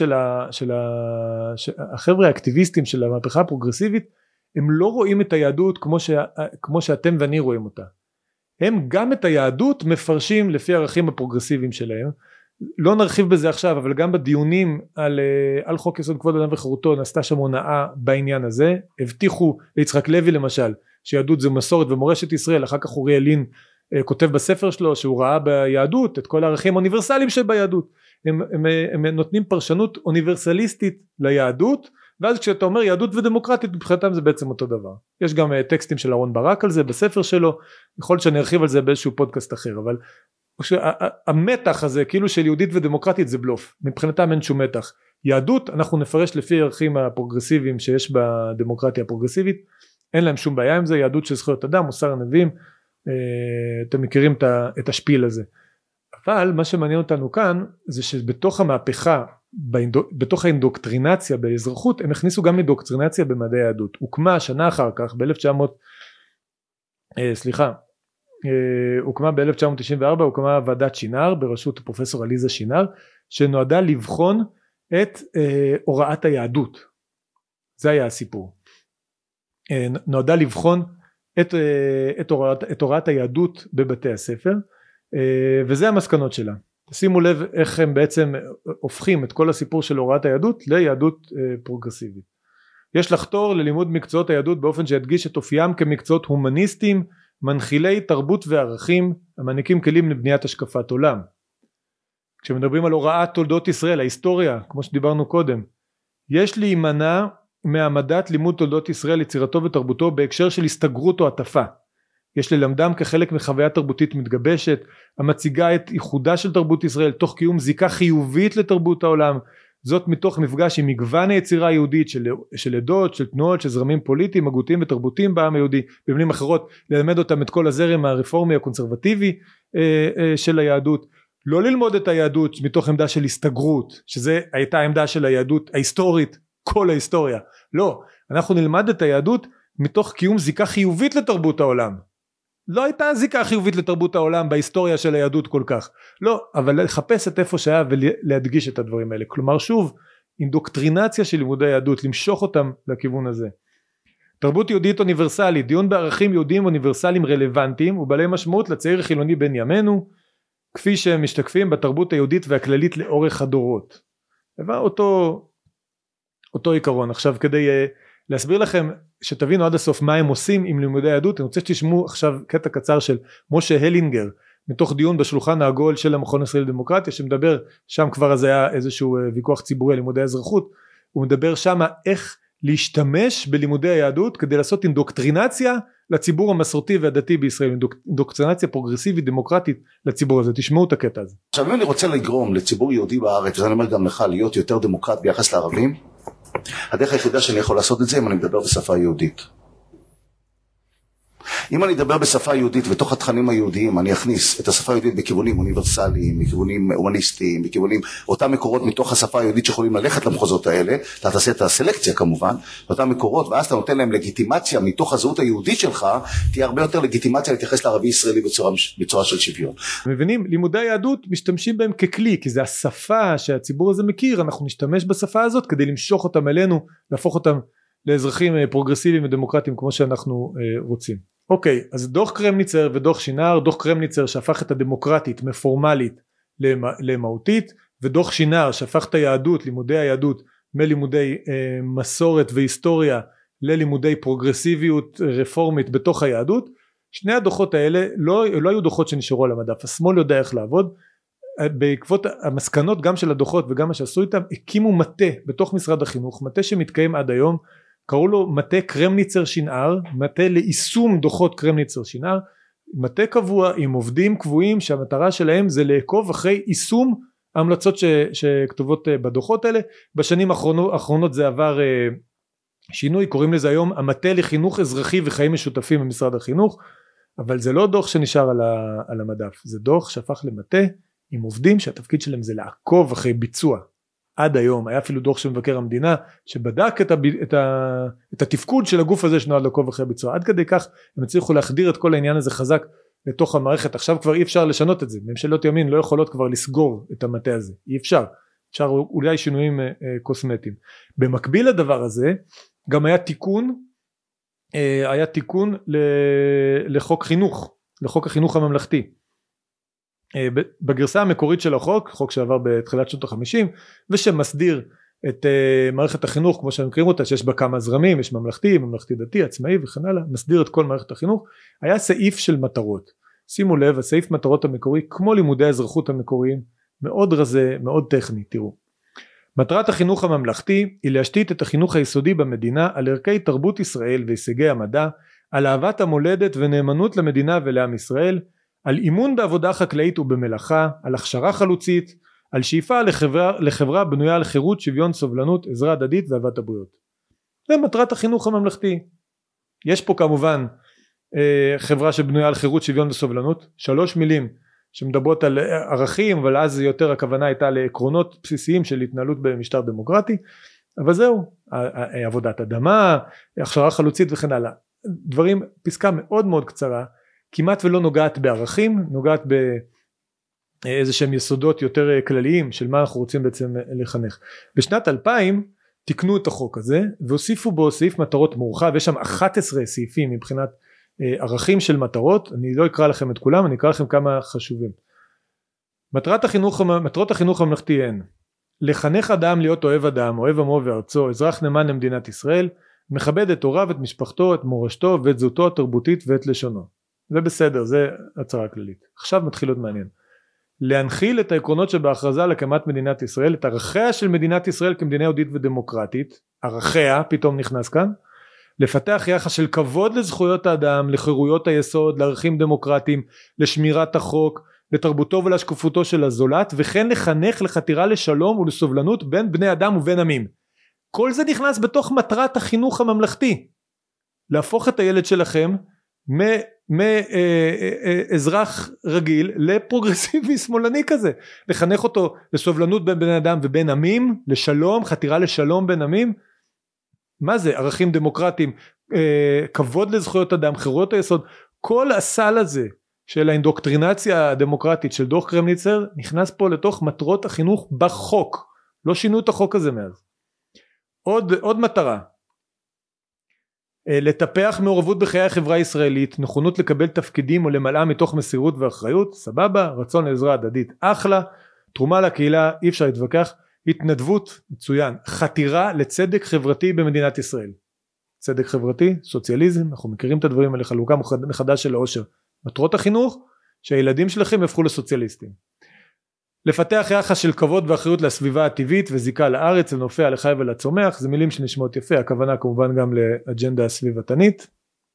החבר'ה האקטיביסטים של המהפכה הפרוגרסיבית, הם לא רואים את היהדות כמו שאתם ואני רואים אותה. הם גם את היהדות מפרשים לפי הערכים הפרוגרסיביים שלהם, לא נרחיב בזה עכשיו, אבל גם בדיונים על חוק יסוד כבוד אדם וחירותו, נעשתה שם הונאה בעניין הזה, הבטיחו ליצחק לוי למשל, שיהדות זה מסורת ומורשת ישראל, אחר כך אוריאל לין כותב בספר שלו, שהוא ראה ביהדות את כל הערכים האוניברסליים שביהדות, הם נותנים פרשנות אוניברסליסטית ליהדות, ואז כשאתה אומר יהדות ודמוקרטית, מבחינתם זה בעצם אותו דבר. יש גם טקסטים של אהרון ברק על זה בספר שלו, יכול להיות שאני ארחיב על זה באיזשהו פודקאסט אחר, אבל המתח הזה כאילו של יהודית ודמוקרטית זה בלוף, מבחינתם אין שום מתח, יהדות אנחנו נפרש לפי הערכים הפרוגרסיביים שיש בדמוקרטיה הפרוגרסיבית, אין להם שום בעיה עם זה, יהדות של זכויות אדם, מוסר הנביאים, אתם מכירים את השפיל הזה. אבל מה שמעניין אותנו כאן זה שבתוך המהפכה, בתוך האינדוקטרינציה באזרחות, הם הכניסו גם אינדוקטרינציה במדעי היהדות. הוקמה שנה אחר כך הוקמה ב-1994 הוקמה ועדת שינר בראשות פרופסור עליזה שינר, שנועדה לבחון את הוראת היהדות. זה היה הסיפור. נועדה לבחון את הוראת היהדות בבתי הספר, וזה המסקנות שלה. שימו לב איך הם בעצם הופכים את כל הסיפור של הוראת היהדות ליהדות פרוגרסיבית. יש לחתור ללימוד מקצועות היהדות באופן שידגיש את אופיים כמקצועות הומניסטיים, מנחילי תרבות וערכים, המעניקים כלים לבניית השקפת עולם. כשמדברים על הוראת תולדות ישראל, ההיסטוריה, כמו שדיברנו קודם, יש להימנע מהעמדת לימוד תולדות ישראל, יצירתו ותרבותו בהקשר של הסתגרות או עטפה. יש ללמדם כחלק מחוויה תרבותית מתגבשת, המציגה את ייחודה של תרבות ישראל תוך קיום זיקה חיובית לתרבות העולם, זאת מתוך מפגש עם מגוון היצירה היהודית של עדות, של תנועות, של זרמים פוליטיים, הגותיים ותרבותיים בעם היהודי. במילים אחרות, ללמד אותם את כל הזרם הרפורמי הקונסרבטיבי של היהדות. לא ללמוד את היהדות מתוך עמדה של הסתגרות, שזה הייתה העמדה של היהדות ההיסטורית, כל ההיסטוריה. לא, אנחנו נלמד את היהדות מתוך קיום זיקה חיובית לתרבות העולם. לא הייתה זיקה חיובית לתרבות העולם בהיסטוריה של היהדות כל כך. לא, אבל לחפש את איפה שהיה ולהדגיש את הדברים האלה. כלומר שוב, אינדוקטרינציה של לימודי היהדות, למשוך אותם לכיוון הזה. תרבות יהודית אוניברסלית, דיון בערכים יהודיים אוניברסליים רלוונטיים ובעלי משמעות לצעיר החילוני בן ימינו, כפי שהם משתקפים בתרבות היהודית והכללית לאורך הדורות. אותו עיקרון. עכשיו כדי להסביר לכם שתבינו עד הסוף מה הם עושים עם לימודי היהדות, אני רוצה שתשמעו עכשיו קטע קצר של משה הלינגר מתוך דיון בשולחן העגול של המכון הישראלי לדמוקרטיה, שמדבר שם כבר אז היה איזשהו ויכוח ציבורי על לימודי האזרחות, הוא מדבר שם איך להשתמש בלימודי היהדות כדי לעשות אינדוקטרינציה לציבור המסורתי והדתי בישראל, אינדוקטרינציה פרוגרסיבית דמוקרטית לציבור הזה. תשמעו את הקטע הזה. עכשיו אם אני רוצה לגרום לציבור יהודי בארץ, ואני אומר גם לך להיות יותר דמוקרט ביחס לערבים, הדרך היחידה שאני יכול לעשות את זה אם אני מדבר בשפה יהודית. אם אני אדבר בשפה יהודית ותוך התכנים היהודיים אני אכניס את השפה היהודית בכיוונים אוניברסליים, בכיוונים הומניסטיים, בכיוונים אותם מקורות מתוך השפה היהודית שיכולים ללכת למחוזות האלה, אתה תעשה את הסלקציה כמובן, אותם מקורות, ואז אתה נותן להם לגיטימציה מתוך הזהות היהודית שלך, תהיה הרבה יותר לגיטימציה להתייחס לערבי ישראלי בצורה של שוויון. מבינים? לימודי היהדות משתמשים בהם ככלי, כי זה השפה שהציבור הזה מכיר, אנחנו נשתמש בשפה הזאת כדי למשוך אותם אלינו, להפוך אותם לאזרחים פרוגרסיביים ודמוקרטיים כמו שאנחנו רוצים. אוקיי, אז דוח קרמניצר ודוח שינר, דוח קרמניצר שהפך את הדמוקרטית מפורמלית למהותית, ודוח שינר שהפך את היהדות, לימודי היהדות, מלימודי מסורת והיסטוריה ללימודי פרוגרסיביות רפורמית בתוך היהדות. שני הדוחות האלה לא היו דוחות שנשארו על המדף, השמאל יודע איך לעבוד, בעקבות המסקנות גם של הדוחות וגם מה שעשו איתם, הקימו מטה בתוך משרד החינוך, מטה שמתקיים עד היום, קראו לו מטה קרמניצר שינר, מטה ליישום דוחות קרמניצר שינר, מטה קבוע עם עובדים קבועים שהמטרה שלהם זה לעקוב אחרי יישום ההמלצות שכתובות בדוחות האלה. בשנים האחרונות זה עבר שינוי, קוראים לזה היום המטה לחינוך אזרחי וחיים משותפים במשרד החינוך, אבל זה לא דוח שנשאר על המדף, זה דוח שהפך למטה עם עובדים שהתפקיד שלהם זה לעקוב אחרי ביצוע. עד היום היה אפילו דוח של מבקר המדינה שבדק את התפקוד של הגוף הזה שנועד לעקוב אחרי ביצוע. עד כדי כך הם הצליחו להחדיר את כל העניין הזה חזק לתוך המערכת. עכשיו כבר אי אפשר לשנות את זה, ממשלות ימין לא יכולות כבר לסגור את המטה הזה, אי אפשר, אפשר אולי שינויים קוסמטיים. במקביל לדבר הזה גם היה תיקון לחוק חינוך, לחוק החינוך הממלכתי. בגרסה המקורית של החוק, חוק שעבר בתחילת שנות ה-50 ושמסדיר את מערכת החינוך כמו שאנחנו מכירים אותה, שיש בה כמה זרמים, יש ממלכתי, ממלכתי דתי, עצמאי וכן הלאה, מסדיר את כל מערכת החינוך. היה סעיף של מטרות, שימו לב, הסעיף מטרות המקורי כמו לימודי האזרחות המקוריים, מאוד רזה, מאוד טכני. תראו, מטרת החינוך הממלכתי היא להשתית את החינוך היסודי במדינה על ערכי תרבות ישראל והישגי המדע, על אהבת המולדת ונאמנות למדינה ולעם ישראל, על אימון בעבודה חקלאית ובמלאכה, על הכשרה חלוצית, על שאיפה לחברה בנויה על חירות, שוויון, סובלנות, עזרה הדדית ואהבת הבריות. זה מטרת החינוך הממלכתי. יש פה כמובן חברה שבנויה על חירות, שוויון וסובלנות, 3 מילים שמדברות על ערכים, אבל אז יותר הכוונה הייתה לעקרונות בסיסיים של התנהלות במשטר דמוקרטי, אבל זהו, עבודת אדמה, הכשרה חלוצית וכן הלאה. דברים, פסקה מאוד מאוד קצרה, כמעט ולא נוגעת בערכים, נוגעת באיזה שהם יסודות יותר כלליים של מה אנחנו רוצים בעצם לחנך. בשנת 2000 תיקנו את החוק הזה והוסיפו בו סעיף מטרות מורחב, יש שם 11 סעיפים מבחינת ערכים של מטרות, אני לא אקרא לכם את כולם, אני אקרא לכם כמה חשובים. מטרות החינוך הממלכתי הן לחנך אדם להיות אוהב אדם, אוהב עמו וארצו, אזרח נאמן למדינת ישראל, מכבד את הוריו, את משפחתו, את מורשתו ואת זהותו התרבותית ואת לשונו. זה בסדר, זה הצהרה כללית. עכשיו מתחיל להיות מעניין. להנחיל את העקרונות שבהכרזה להקמת מדינת ישראל, את ערכיה של מדינת ישראל כמדינה יהודית ודמוקרטית, ערכיה פתאום נכנס כאן, לפתח יחס של כבוד לזכויות האדם, לחירויות היסוד, לערכים דמוקרטיים, לשמירת החוק, לתרבותו ולשקופותו של הזולת, וכן לחנך לחתירה לשלום ולסובלנות בין בני אדם ובין עמים. כל זה נכנס בתוך מטרת החינוך הממלכתי. להפוך את הילד שלכם מאזרח רגיל לפרוגרסיבי שמאלני כזה, לחנך אותו לסובלנות בין בני אדם ובין עמים, לשלום, חתירה לשלום בין עמים. מה זה? ערכים דמוקרטיים, כבוד לזכויות אדם, חירויות היסוד, כל הסל הזה של האינדוקטרינציה הדמוקרטית של דוח קרמניצר נכנס פה לתוך מטרות החינוך בחוק. לא שינו את החוק הזה מאז. עוד מטרה, לטפח מעורבות בחיי החברה הישראלית, נכונות לקבל תפקידים או למלאה מתוך מסירות ואחריות, סבבה, רצון לעזרה הדדית, אחלה, תרומה לקהילה, אי אפשר להתווכח, התנדבות, מצוין, חתירה לצדק חברתי במדינת ישראל. צדק חברתי, סוציאליזם, אנחנו מכירים את הדברים האלה, חלוקה מחדש של העושר. מטרות החינוך, שהילדים שלכם יהפכו לסוציאליסטים. לפתח יחס של כבוד ואחריות לסביבה הטבעית וזיקה לארץ, לנופיה, לחי ולצומח, זה מילים שנשמעות יפה, הכוונה כמובן גם לאג'נדה הסביבתנית,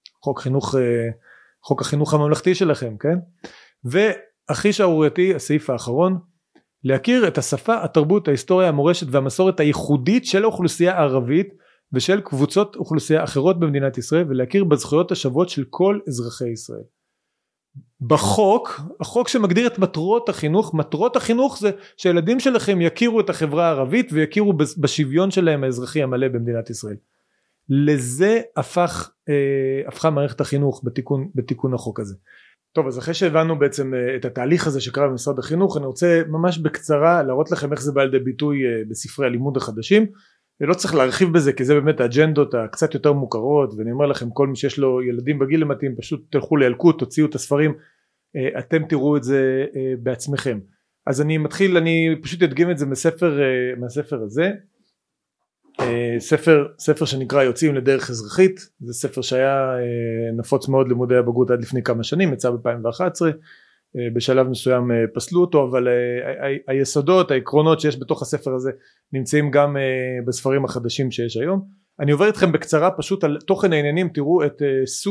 חוק החינוך הממלכתי שלכם, כן? והכי שערורייתי, הסעיף האחרון, להכיר את השפה, התרבות, ההיסטוריה, המורשת והמסורת הייחודית של האוכלוסייה הערבית ושל קבוצות אוכלוסייה אחרות במדינת ישראל, ולהכיר בזכויות השוות של כל אזרחי ישראל. החוק שמגדיר את מטרות החינוך זה שהילדים שלכם יכירו את החברה הערבית ויכירו בשוויון שלהם האזרחי המלא במדינת ישראל. לזה הפכה מערכת החינוך בתיקון החוק הזה. טוב, אז אחרי שהבנו בעצם את התהליך הזה שקרה במשרד החינוך, אני רוצה ממש בקצרה להראות לכם איך זה בא לידי ביטוי בספרי הלימוד החדשים. לא צריך להרחיב בזה כי זה באמת האג'נדות הקצת יותר מוכרות, ואני אומר לכם, כל מי שיש לו ילדים בגיל המתאים, פשוט תלכו לילקוט, תוציאו את הספרים, אתם תראו את זה בעצמכם. אז אני פשוט אדגים את זה מהספר הזה, ספר שנקרא יוצאים לדרך אזרחית, זה ספר שהיה נפוץ מאוד לימודי הבגרות עד לפני כמה שנים, יצא ב-2011, בשלב מסוים פסלו אותו, אבל היסודות, העקרונות שיש בתוך הספר הזה נמצאים גם בספרים החדשים שיש היום. אני עובר איתכם בקצרה פשוט על תוכן העניינים, תראו את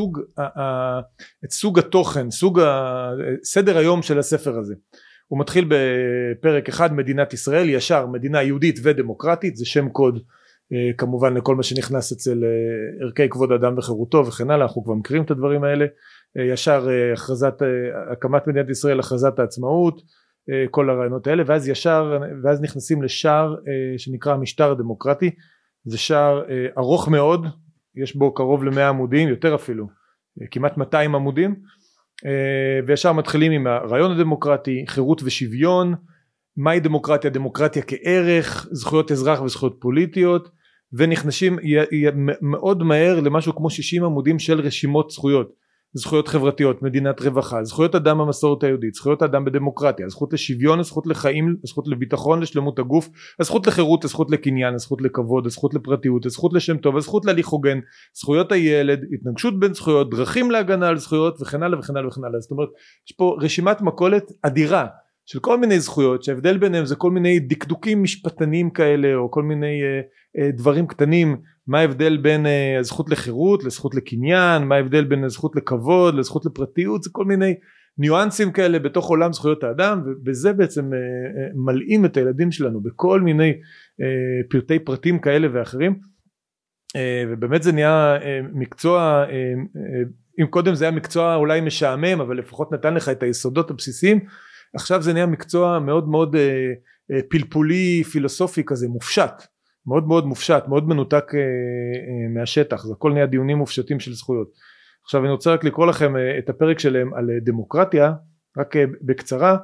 סוג התוכן, סדר היום של הספר הזה. הוא מתחיל בפרק אחד, מדינת ישראל, ישר מדינה יהודית ודמוקרטית, זה שם קוד כמובן לכל מה שנכנס אצל ערכי כבוד אדם וחירותו וכן הלאה, אנחנו כבר מכירים את הדברים האלה. ישר הקמת מדינת ישראל, הכרזת העצמאות, כל הרעיונות האלה, ואז נכנסים לשער שנקרא המשטר הדמוקרטי. זה שער ארוך מאוד, יש בו קרוב ל100 עמודים, יותר אפילו, כמעט 200 עמודים, וישר מתחילים עם הרעיון הדמוקרטי, חירות ושוויון, מהי דמוקרטיה, דמוקרטיה כערך, זכויות אזרח וזכויות פוליטיות, ונכנסים מאוד מהר למשהו כמו 60 עמודים של רשימות זכויות, זכויות חברתיות, מדינת רווחה, זכויות אדם במסורת היהודית, זכויות אדם בדמוקרטיה, הזכות לשוויון, הזכות לחיים, הזכות לביטחון, לשלמות הגוף, הזכות לחירות, הזכות לקניין, הזכות לכבוד, הזכות לפרטיות, הזכות לשם טוב, הזכות להליך הוגן, זכויות הילד, התנגשות בין זכויות, דרכים להגנה על זכויות וכן הלאה וכן הלאה וכן הלאה. זאת אומרת, יש פה רשימת מכולת אדירה של כל מיני זכויות, שההבדל ביניהם זה כל מיני דקדוקים משפטניים כאלה, או כל מיני דברים קטנים. מה ההבדל בין הזכות לחירות לזכות לקניין, מה ההבדל בין הזכות לכבוד לזכות לפרטיות, זה כל מיני ניואנסים כאלה בתוך עולם זכויות האדם, ובזה בעצם מלאים את הילדים שלנו בכל מיני פרטי פרטים כאלה ואחרים, ובאמת זה נהיה מקצוע, אם קודם זה היה מקצוע אולי משעמם, אבל לפחות נתן לך את היסודות הבסיסיים, עכשיו זה נהיה מקצוע מאוד מאוד פלפולי פילוסופי כזה, מופשט, מאוד מאוד מופשט, מאוד מנותק מהשטח, זה הכל נהיה דיונים מופשטים של זכויות. עכשיו אני רוצה רק לקרוא לכם את הפרק שלהם על דמוקרטיה, רק בקצרה.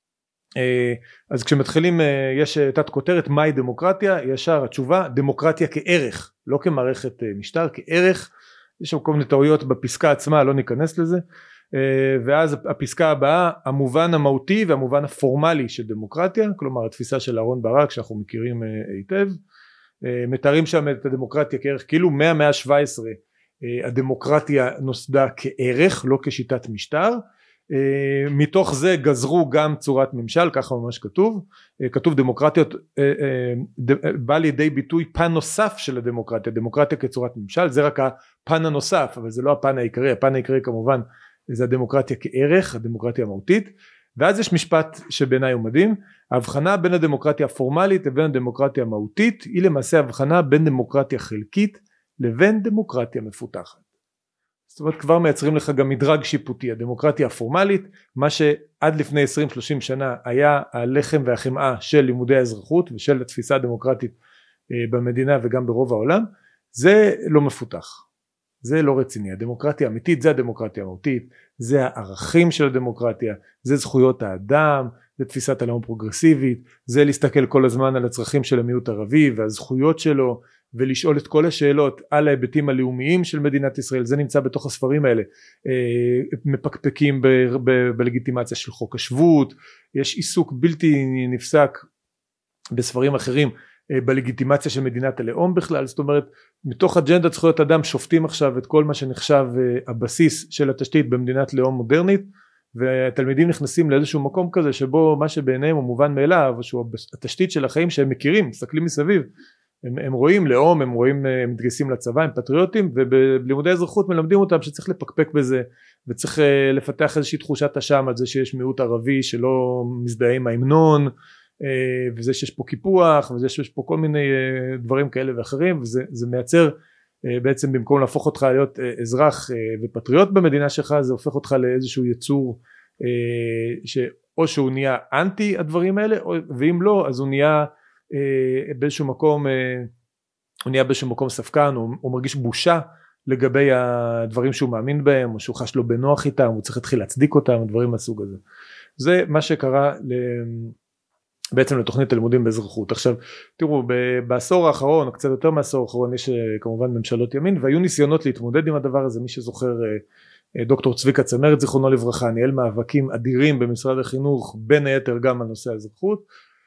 אז כשמתחילים יש תת כותרת מהי דמוקרטיה, ישר התשובה דמוקרטיה כערך, לא כמערכת משטר, כערך. יש שם כל מיני טעויות בפסקה עצמה, לא ניכנס לזה. ואז הפסקה הבאה, המובן המהותי והמובן הפורמלי של דמוקרטיה, כלומר התפיסה של אהרון ברק שאנחנו מכירים היטב, מתארים שם את הדמוקרטיה כערך, כאילו מהמאה ה-17 הדמוקרטיה נוסדה כערך, לא כשיטת משטר, מתוך זה גזרו גם צורת ממשל, ככה ממש כתוב, כתוב דמוקרטיות, בא לידי ביטוי פן נוסף של הדמוקרטיה, דמוקרטיה כצורת ממשל, זה רק הפן הנוסף, אבל זה לא הפן העיקרי, הפן העיקרי כמובן זה הדמוקרטיה כערך, הדמוקרטיה המהותית, ואז יש משפט שבעיניי הוא מדהים, ההבחנה בין הדמוקרטיה הפורמלית לבין הדמוקרטיה המהותית, היא למעשה הבחנה בין דמוקרטיה חלקית לבין דמוקרטיה מפותחת. זאת אומרת כבר מייצרים לך גם מדרג שיפוטי, הדמוקרטיה הפורמלית, מה שעד לפני 20-30 שנה היה הלחם והחמאה של לימודי האזרחות ושל התפיסה הדמוקרטית במדינה וגם ברוב העולם, זה לא מפותח, זה לא רציני. הדמוקרטיה האמיתית זה הדמוקרטיה המהותית, זה הערכים של הדמוקרטיה, זה זכויות האדם, זה תפיסת עולם פרוגרסיבית, זה להסתכל כל הזמן על הצרכים של המיעוט הערבי והזכויות שלו, ולשאול את כל השאלות על ההיבטים הלאומיים של מדינת ישראל, זה נמצא בתוך הספרים האלה, מפקפקים בלגיטימציה של חוק השבות, יש עיסוק בלתי נפסק בספרים אחרים בלגיטימציה של מדינת הלאום בכלל, זאת אומרת מתוך אג'נדת זכויות אדם שופטים עכשיו את כל מה שנחשב הבסיס של התשתית במדינת לאום מודרנית, והתלמידים נכנסים לאיזשהו מקום כזה שבו מה שבעיניהם הוא מובן מאליו, שהוא התשתית של החיים שהם מכירים, מסתכלים מסביב, הם רואים לאום, הם רואים, הם מתגייסים לצבא, הם פטריוטים, ובלימודי אזרחות מלמדים אותם שצריך לפקפק בזה, וצריך לפתח איזושהי תחושת אשם על זה שיש מיעוט ערבי שלא מזדהה עם ההמנון, וזה שיש פה קיפוח, וזה שיש פה כל מיני דברים כאלה ואחרים, וזה מייצר בעצם במקום להפוך אותך להיות אזרח ופטריוט במדינה שלך, זה הופך אותך לאיזשהו יצור שאו שהוא נהיה אנטי הדברים האלה, ואם לא אז הוא נהיה באיזשהו מקום ספקן, הוא מרגיש בושה לגבי הדברים שהוא מאמין בהם, או שהוא חש לו בנוח איתם, הוא צריך להתחיל להצדיק אותם, דברים מהסוג הזה. זה מה שקרה בעצם לתוכנית הלימודים באזרחות. עכשיו תראו, בעשור האחרון, או קצת יותר מהעשור האחרון, יש כמובן ממשלות ימין, והיו ניסיונות להתמודד עם הדבר הזה, מי שזוכר דוקטור צביקה צמרת זיכרונו לברכה, ניהל מאבקים אדירים במשרד החינוך, בין היתר גם על נושא האזרחות,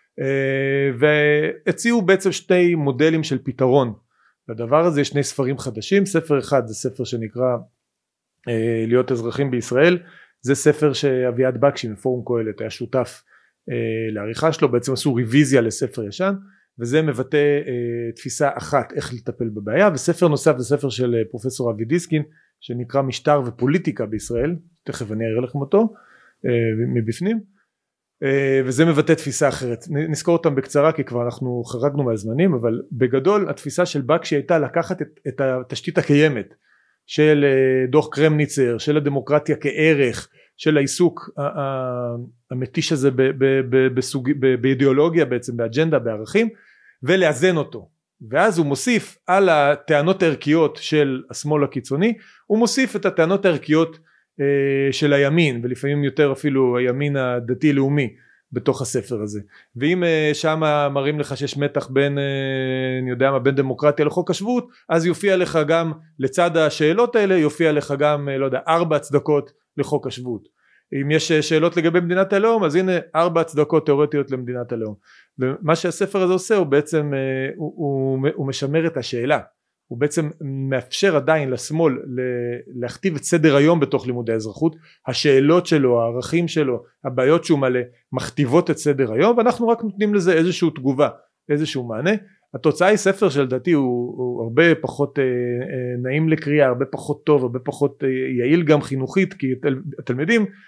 והציעו בעצם שני מודלים של פתרון לדבר הזה. יש שני ספרים חדשים, ספר אחד זה ספר שנקרא להיות אזרחים בישראל, זה ספר שאביעד בקשי מפורום קהלת היה שותף לעריכה שלו, בעצם עשו ריוויזיה לספר ישן, וזה מבטא תפיסה אחת איך לטפל בבעיה, וספר נוסף זה ספר של פרופסור אבי דיסקין שנקרא משטר ופוליטיקה בישראל, תכף אני אראה לכם אותו מבפנים, וזה מבטא תפיסה אחרת. נזכור אותם בקצרה כי כבר אנחנו חרגנו מהזמנים, אבל בגדול התפיסה של בקשי הייתה לקחת את התשתית הקיימת של דוח קרמניצר, של הדמוקרטיה כערך, של העיסוק המתיש הזה באידיאולוגיה בעצם, באג'נדה, בערכים, ולאזן אותו. ואז הוא מוסיף על הטענות הערכיות של השמאל הקיצוני, הוא מוסיף את הטענות הערכיות של הימין, ולפעמים יותר אפילו הימין הדתי לאומי בתוך הספר הזה. ואם שם מראים לך שיש מתח בין, אני יודע מה, בין דמוקרטיה לחוק השבות, אז יופיע לך גם לצד השאלות האלה, יופיע לך גם, לא יודע, 4 הצדקות לחוק השבות. אם יש שאלות לגבי מדינת הלאום, אז הנה 4 הצדקות תיאורטיות למדינת הלאום. ומה שהספר הזה עושה, הוא בעצם, הוא משמר את השאלה. הוא בעצם מאפשר עדיין לשמאל להכתיב את סדר היום בתוך לימודי האזרחות, השאלות שלו, הערכים שלו, הבעיות שהוא מלא, מכתיבות את סדר היום, ואנחנו רק נותנים לזה איזושהי תגובה, איזשהו מענה. התוצאה היא ספר שלדעתי הוא הרבה פחות נעים לקריאה, הרבה פחות טוב, הרבה פחות יעיל גם חינוכית, כי התלמידים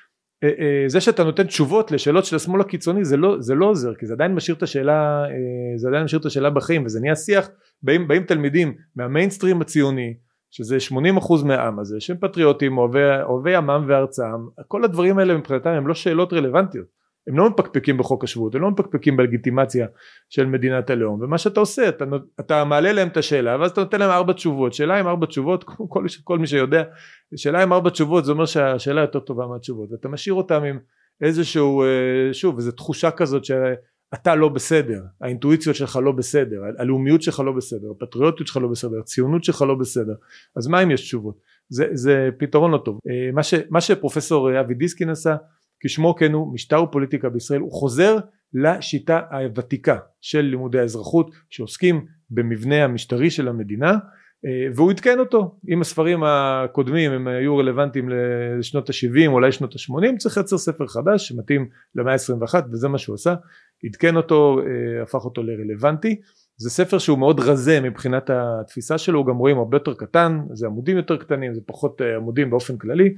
זה שאתה נותן תשובות לשאלות של השמאל הקיצוני זה לא עוזר, כי זה עדיין משאיר את השאלה בחיים, וזה נהיה שיח. באים תלמידים מהמיינסטרים הציוני, שזה 80% מהעם הזה, שהם פטריוטים, אוהבי עמם וארצם, כל הדברים האלה מבחינתם הם לא שאלות רלוונטיות, הם לא מפקפקים בחוק השבות, הם לא מפקפקים בלגיטימציה של מדינת הלאום, ומה שאתה עושה, אתה מעלה להם את השאלה, ואז אתה נותן להם 4 תשובות, שאלה עם 4 תשובות, כל מי שיודע, שאלה עם 4 תשובות, זה אומר שהשאלה יותר טובה מהתשובות, ואתה משאיר אותם עם איזשהו, שוב, איזו תחושה כזאת שאתה לא בסדר, האינטואיציות שלך לא בסדר, הלאומיות שלך לא בסדר, הפטריוטיות שלך לא בסדר, הציונות שלך לא בסדר, אז מה אם יש תשובות? זה פתרון לא טוב. מה שפרופסור אבי דיסקין עשה, כשמו כן הוא, משטר ופוליטיקה בישראל, הוא חוזר לשיטה הוותיקה של לימודי האזרחות שעוסקים במבנה המשטרי של המדינה, והוא עדכן אותו. אם הספרים הקודמים הם היו רלוונטיים לשנות ה-70 אולי שנות ה-80, צריך לייצר ספר חדש שמתאים למאה ה-21, וזה מה שהוא עשה, עדכן אותו, הפך אותו לרלוונטי. זה ספר שהוא מאוד רזה מבחינת התפיסה שלו, הוא גם רואים הרבה יותר קטן, זה עמודים יותר קטנים, זה פחות עמודים באופן כללי,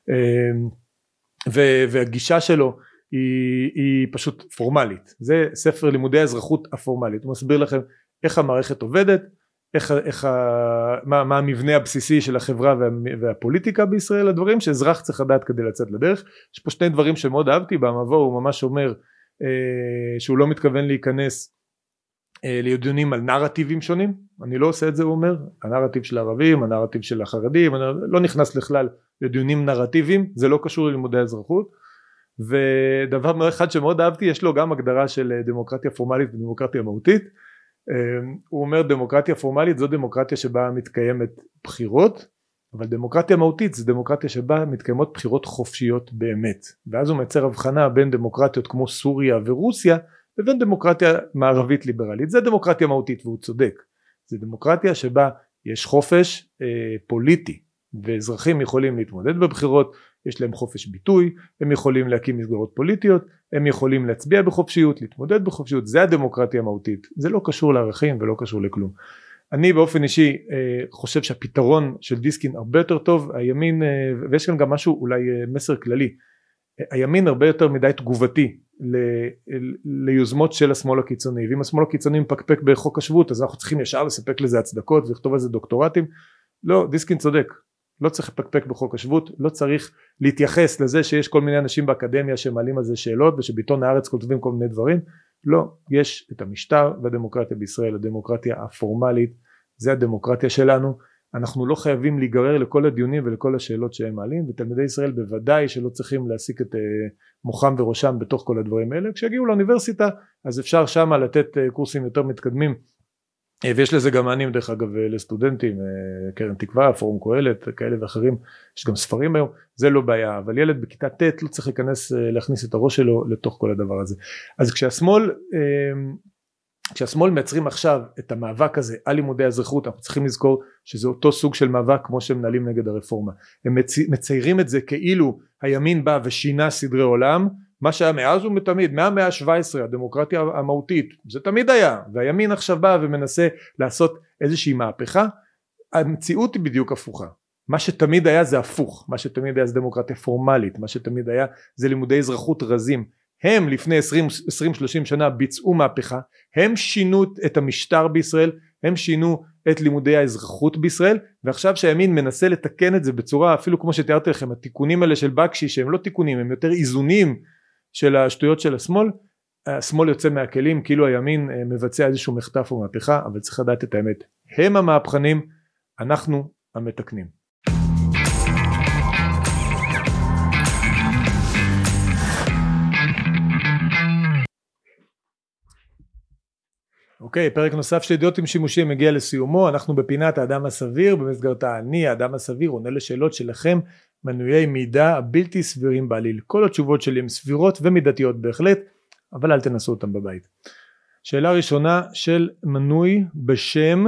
והגישה שלו היא פשוט פורמלית. זה ספר לימודי האזרחות הפורמלית, הוא מסביר לכם איך המערכת עובדת, מה המבנה הבסיסי של החברה והפוליטיקה בישראל, הדברים שאזרח צריך לדעת כדי לצאת לדרך. יש פה 2 דברים שמאוד אהבתי במבוא, הוא ממש אומר שהוא לא מתכוון להיכנס לדיונים על נרטיבים שונים, אני לא עושה את זה, הוא אומר, הנרטיב של הערבים, הנרטיב של החרדים, אני לא נכנס לכלל לדיונים נרטיביים, זה לא קשור ללימודי האזרחות. ודבר אחד שמאוד אהבתי, יש לו גם הגדרה של דמוקרטיה פורמלית ודמוקרטיה מהותית. הוא אומר דמוקרטיה פורמלית זו דמוקרטיה שבה מתקיימת בחירות, אבל דמוקרטיה מהותית זה דמוקרטיה שבה מתקיימות בחירות חופשיות באמת, ואז הוא מייצר הבחנה בין דמוקרטיות כמו סוריה ורוסיה לבין דמוקרטיה מערבית ליברלית. זה דמוקרטיה מהותית, והוא צודק, זה דמוקרטיה שבה יש חופש פוליטי ואזרחים יכולים להתמודד בבחירות, יש להם חופש ביטוי, הם יכולים להקים מסגרות פוליטיות, הם יכולים להצביע בחופשיות, להתמודד בחופשיות. זה הדמוקרטיה המהותית, זה לא קשור לערכים ולא קשור לכלום. אני באופן אישי חושב שהפתרון של דיסקין הרבה יותר טוב. הימין, ויש כאן גם משהו אולי מסר כללי, הימין הרבה יותר מדי תגובתי ליוזמות של השמאל הקיצוני, ואם השמאל הקיצוני מפקפק בחוק השבות אז אנחנו צריכים ישר לספק לזה הצדקות ולכתוב על זה דוקטורטים. לא, דיסקין צודק, לא צריך לפקפק בחוק השבות, לא צריך להתייחס לזה שיש כל מיני אנשים באקדמיה שמעלים על זה שאלות ושביתון הארץ כותבים כל מיני דברים. לא, יש את המשטר והדמוקרטיה בישראל, הדמוקרטיה הפורמלית, זה הדמוקרטיה שלנו, אנחנו לא חייבים להיגרר לכל הדיונים ולכל השאלות שהם מעלים, ותלמידי ישראל בוודאי שלא צריכים להסיק את מוחם וראשם בתוך כל הדברים האלה. כשיגיעו לאוניברסיטה אז אפשר שמה לתת קורסים יותר מתקדמים, ויש לזה גם מענים דרך אגב לסטודנטים, קרן תקווה, פורום קהלת, כאלה ואחרים, יש גם ספרים היום, זה לא בעיה, אבל ילד בכיתה ט' לא צריך להכניס את הראש שלו לתוך כל הדבר הזה. אז כשהשמאל מייצרים עכשיו את המאבק הזה על לימודי האזרחות, אנחנו צריכים לזכור שזה אותו סוג של מאבק כמו שהם מנהלים נגד הרפורמה. הם מציירים את זה כאילו הימין בא ושינה סדרי עולם, מה שהיה מאז ומתמיד, מהמאה ה-17, הדמוקרטיה המהותית, זה תמיד היה, והימין עכשיו בא ומנסה לעשות איזושהי מהפכה. המציאות היא בדיוק הפוכה, מה שתמיד היה זה הפוך, מה שתמיד היה זה דמוקרטיה פורמלית, מה שתמיד היה זה לימודי אזרחות רזים. הם לפני 20-30 שנה ביצעו מהפכה, הם שינו את המשטר בישראל, הם שינו את לימודי האזרחות בישראל, ועכשיו שהימין מנסה לתקן את זה בצורה, אפילו כמו שתיארתי לכם, התיקונים האלה של בקשי שהם לא תיקונים, הם יותר איזונים של השטויות של השמאל, השמאל יוצא מהכלים כאילו הימין מבצע איזשהו מחטף או מהפכה, אבל צריך לדעת את האמת, הם המהפכנים, אנחנו המתקנים. אוקיי, פרק נוסף של אידיוטים שימושיים מגיע לסיומו. אנחנו בפינת האדם הסביר, במסגרתה אני האדם הסביר עונה לשאלות שלכם מנויי מידע הבלתי סבירים בעליל. כל התשובות שלי הן סבירות ומידתיות בהחלט, אבל אל תנסו אותם בבית. שאלה ראשונה של מנוי בשם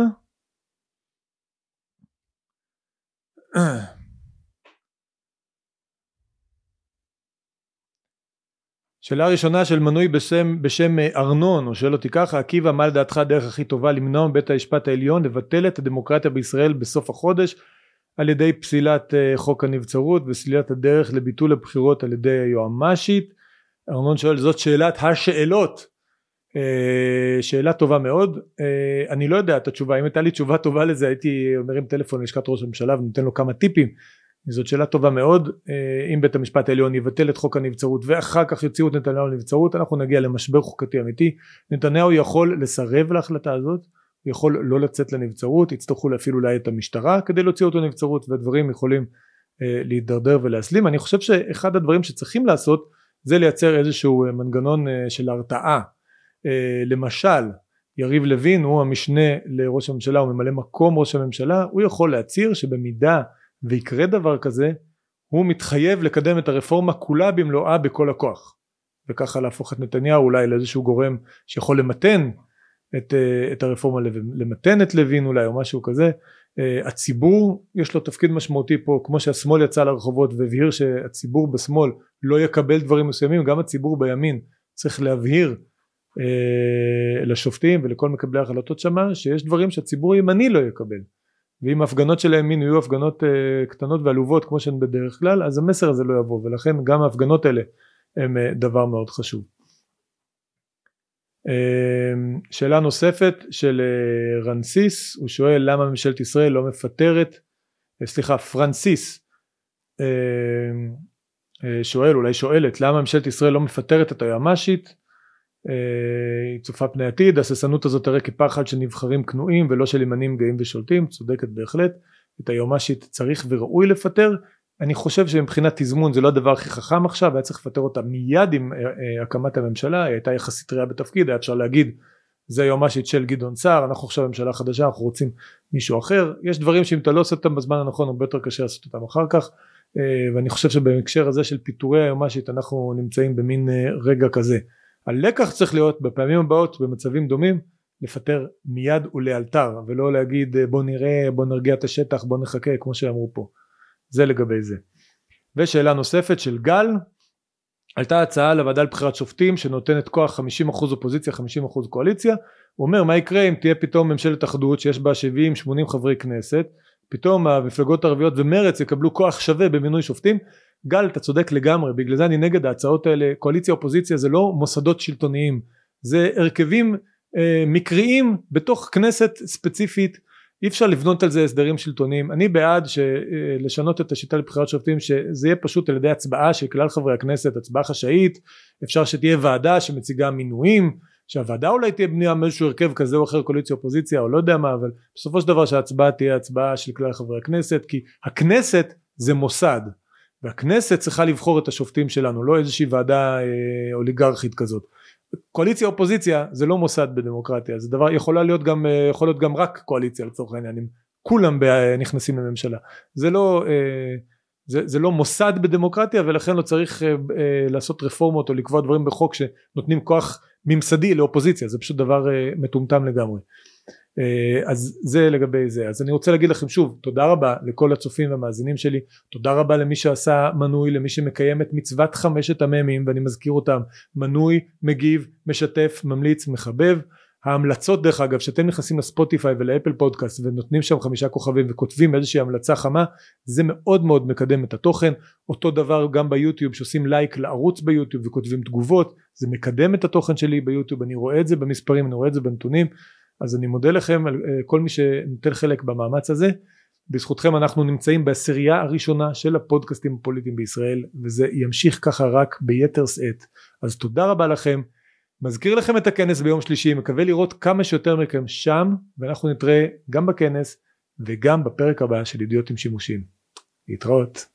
שאלה ראשונה של מנוי בשם ארנון, הוא שואל אותי ככה: עקיבא, מה לדעתך הדרך הכי טובה למנוע מבית המשפט העליון לבטל את הדמוקרטיה בישראל בסוף החודש? על ידי פסילת חוק הנבצרות וסלילת הדרך לביטול הבחירות על ידי היועמ"שית. ארנון שואל, זאת שאלת השאלות, שאלה טובה מאוד. אני לא יודע את התשובה, אם הייתה לי תשובה טובה לזה הייתי מרים טלפון ללשכת ראש הממשלה ונותן לו כמה טיפים. זאת שאלה טובה מאוד. אם בית המשפט העליון יבטל את חוק הנבצרות ואחר כך יוציאו את נתניהו לנבצרות, אנחנו נגיע למשבר חוקתי אמיתי. נתניהו יכול לסרב להחלטה הזאת, הוא יכול לא לצאת לנבצרות, יצטרכו אפילו אולי את המשטרה כדי להוציא אותו לנבצרות, והדברים יכולים להידרדר ולהסלים. אני חושב שאחד הדברים שצריכים לעשות זה לייצר איזשהו מנגנון של הרתעה. למשל יריב לוין הוא המשנה לראש הממשלה, הוא ממלא מקום ראש הממשלה, הוא יכול להצהיר שבמידה ויקרה דבר כזה הוא מתחייב לקדם את הרפורמה כולה במלואה בכל הכוח, וככה להפוך את נתניהו אולי לאיזשהו גורם שיכול למתן את הרפורמה, למתן את לוין אולי או משהו כזה. הציבור יש לו תפקיד משמעותי פה, כמו שהשמאל יצא לרחובות והבהיר שהציבור בשמאל לא יקבל דברים מסוימים, גם הציבור בימין צריך להבהיר לשופטים ולכל מקבלי ההחלטות שמה שיש דברים שהציבור הימני לא יקבל, ואם ההפגנות של הימין יהיו הפגנות קטנות ועלובות כמו שהן בדרך כלל, אז המסר הזה לא יבוא, ולכן גם ההפגנות האלה הם דבר מאוד חשוב. שאלה נוספת של רנסיס, הוא שואל למה ממשלת ישראל לא מפטרת, פרנסיס שואל, אולי שואלת, למה ממשלת ישראל לא מפטרת את היועמ"שית, היא צופה פני עתיד, הססנות הזאת הרי כפחד של נבחרים כנועים ולא של ימנים גאים ושולטים, צודקת בהחלט, את היועמ"שית צריך וראוי לפטר. אני חושב שמבחינת תזמון זה לא הדבר הכי חכם עכשיו, היה צריך לפטר אותה מיד עם הקמת הממשלה, היא הייתה יחסית טריה בתפקיד, היה אפשר להגיד זה היועמ"שית של גדעון סער, אנחנו עכשיו ממשלה חדשה, אנחנו רוצים מישהו אחר. יש דברים שאם אתה לא עושה אותם בזמן הנכון הרבה יותר קשה לעשות אותם אחר כך, ואני חושב שבמקשר הזה של פיטורי היועמ"שית אנחנו נמצאים במין רגע כזה. הלקח צריך להיות בפעמים הבאות במצבים דומים לפטר מיד ולאלתר, ולא להגיד בוא נראה, בוא נרגיע את השטח, בוא נחכה כמו שאמרו פה. זה לגבי זה. ושאלה נוספת של גל, עלתה הצעה לוועדה לבחירת שופטים שנותנת כוח 50% אופוזיציה 50% קואליציה. הוא אומר מה יקרה אם תהיה פתאום ממשלת אחדות שיש בה 70-80 חברי כנסת, פתאום המפלגות הערביות ומרץ יקבלו כוח שווה במינוי שופטים. גל, אתה צודק לגמרי, בגלל זה אני נגד ההצעות האלה. קואליציה אופוזיציה זה לא מוסדות שלטוניים, זה הרכבים מקריים בתוך כנסת ספציפית, אי אפשר לבנות על זה הסדרים שלטוניים. אני בעד לשנות את השיטה לבחירת שופטים, שזה יהיה פשוט על ידי הצבעה של כלל חברי הכנסת, הצבעה חשאית, אפשר שתהיה ועדה שמציגה מינויים, שהוועדה אולי תהיה בנייה מאיזשהו הרכב כזה או אחר, קואליציה אופוזיציה או לא יודע מה, אבל בסופו של דבר שההצבעה תהיה הצבעה של כלל חברי הכנסת, כי הכנסת זה מוסד, והכנסת צריכה לבחור את השופטים שלנו, לא איזושהי ועדה אוליגרכית כזאת. קואליציה אופוזיציה זה לא מוסד בדמוקרטיה, זה דבר יכול להיות גם רק קואליציה לצורך העניין, אם כולם נכנסים לממשלה, זה לא מוסד בדמוקרטיה, ולכן לא צריך לעשות רפורמות או לקבוע דברים בחוק שנותנים כוח ממסדי לאופוזיציה, זה פשוט דבר מטומטם לגמרי. אז זה לגבי זה. אז אני רוצה להגיד לכם שוב תודה רבה לכל הצופים והמאזינים שלי, תודה רבה למי שעשה מנוי, למי שמקיים את מצוות 5 המ"מים, ואני מזכיר אותם: מנוי, מגיב, משתף, ממליץ, מחבב. ההמלצות דרך אגב, שאתם נכנסים לספוטיפיי ולאפל פודקאסט ונותנים שם 5 כוכבים וכותבים איזושהי המלצה חמה, זה מאוד מאוד מקדם את התוכן. אותו דבר גם ביוטיוב, שעושים לייק לערוץ ביוטיוב וכותבים תגובות, זה מקדם את התוכן שלי ביוטיוב, אני רואה את זה במספרים, אני רואה את זה בנתונים. אז אני מודה לכם על כל מי שנותן חלק במאמץ הזה. בזכותכם אנחנו נמצאים בעשירייה הראשונה של הפודקאסטים הפוליטיים בישראל, וזה ימשיך ככה רק ביתר שאת. אז תודה רבה לכם. מזכיר לכם את הכנס ביום שלישי, מקווה לראות כמה שיותר מכם שם, ואנחנו נתראה גם בכנס וגם בפרק הבא של אידיוטים שימושיים. להתראות.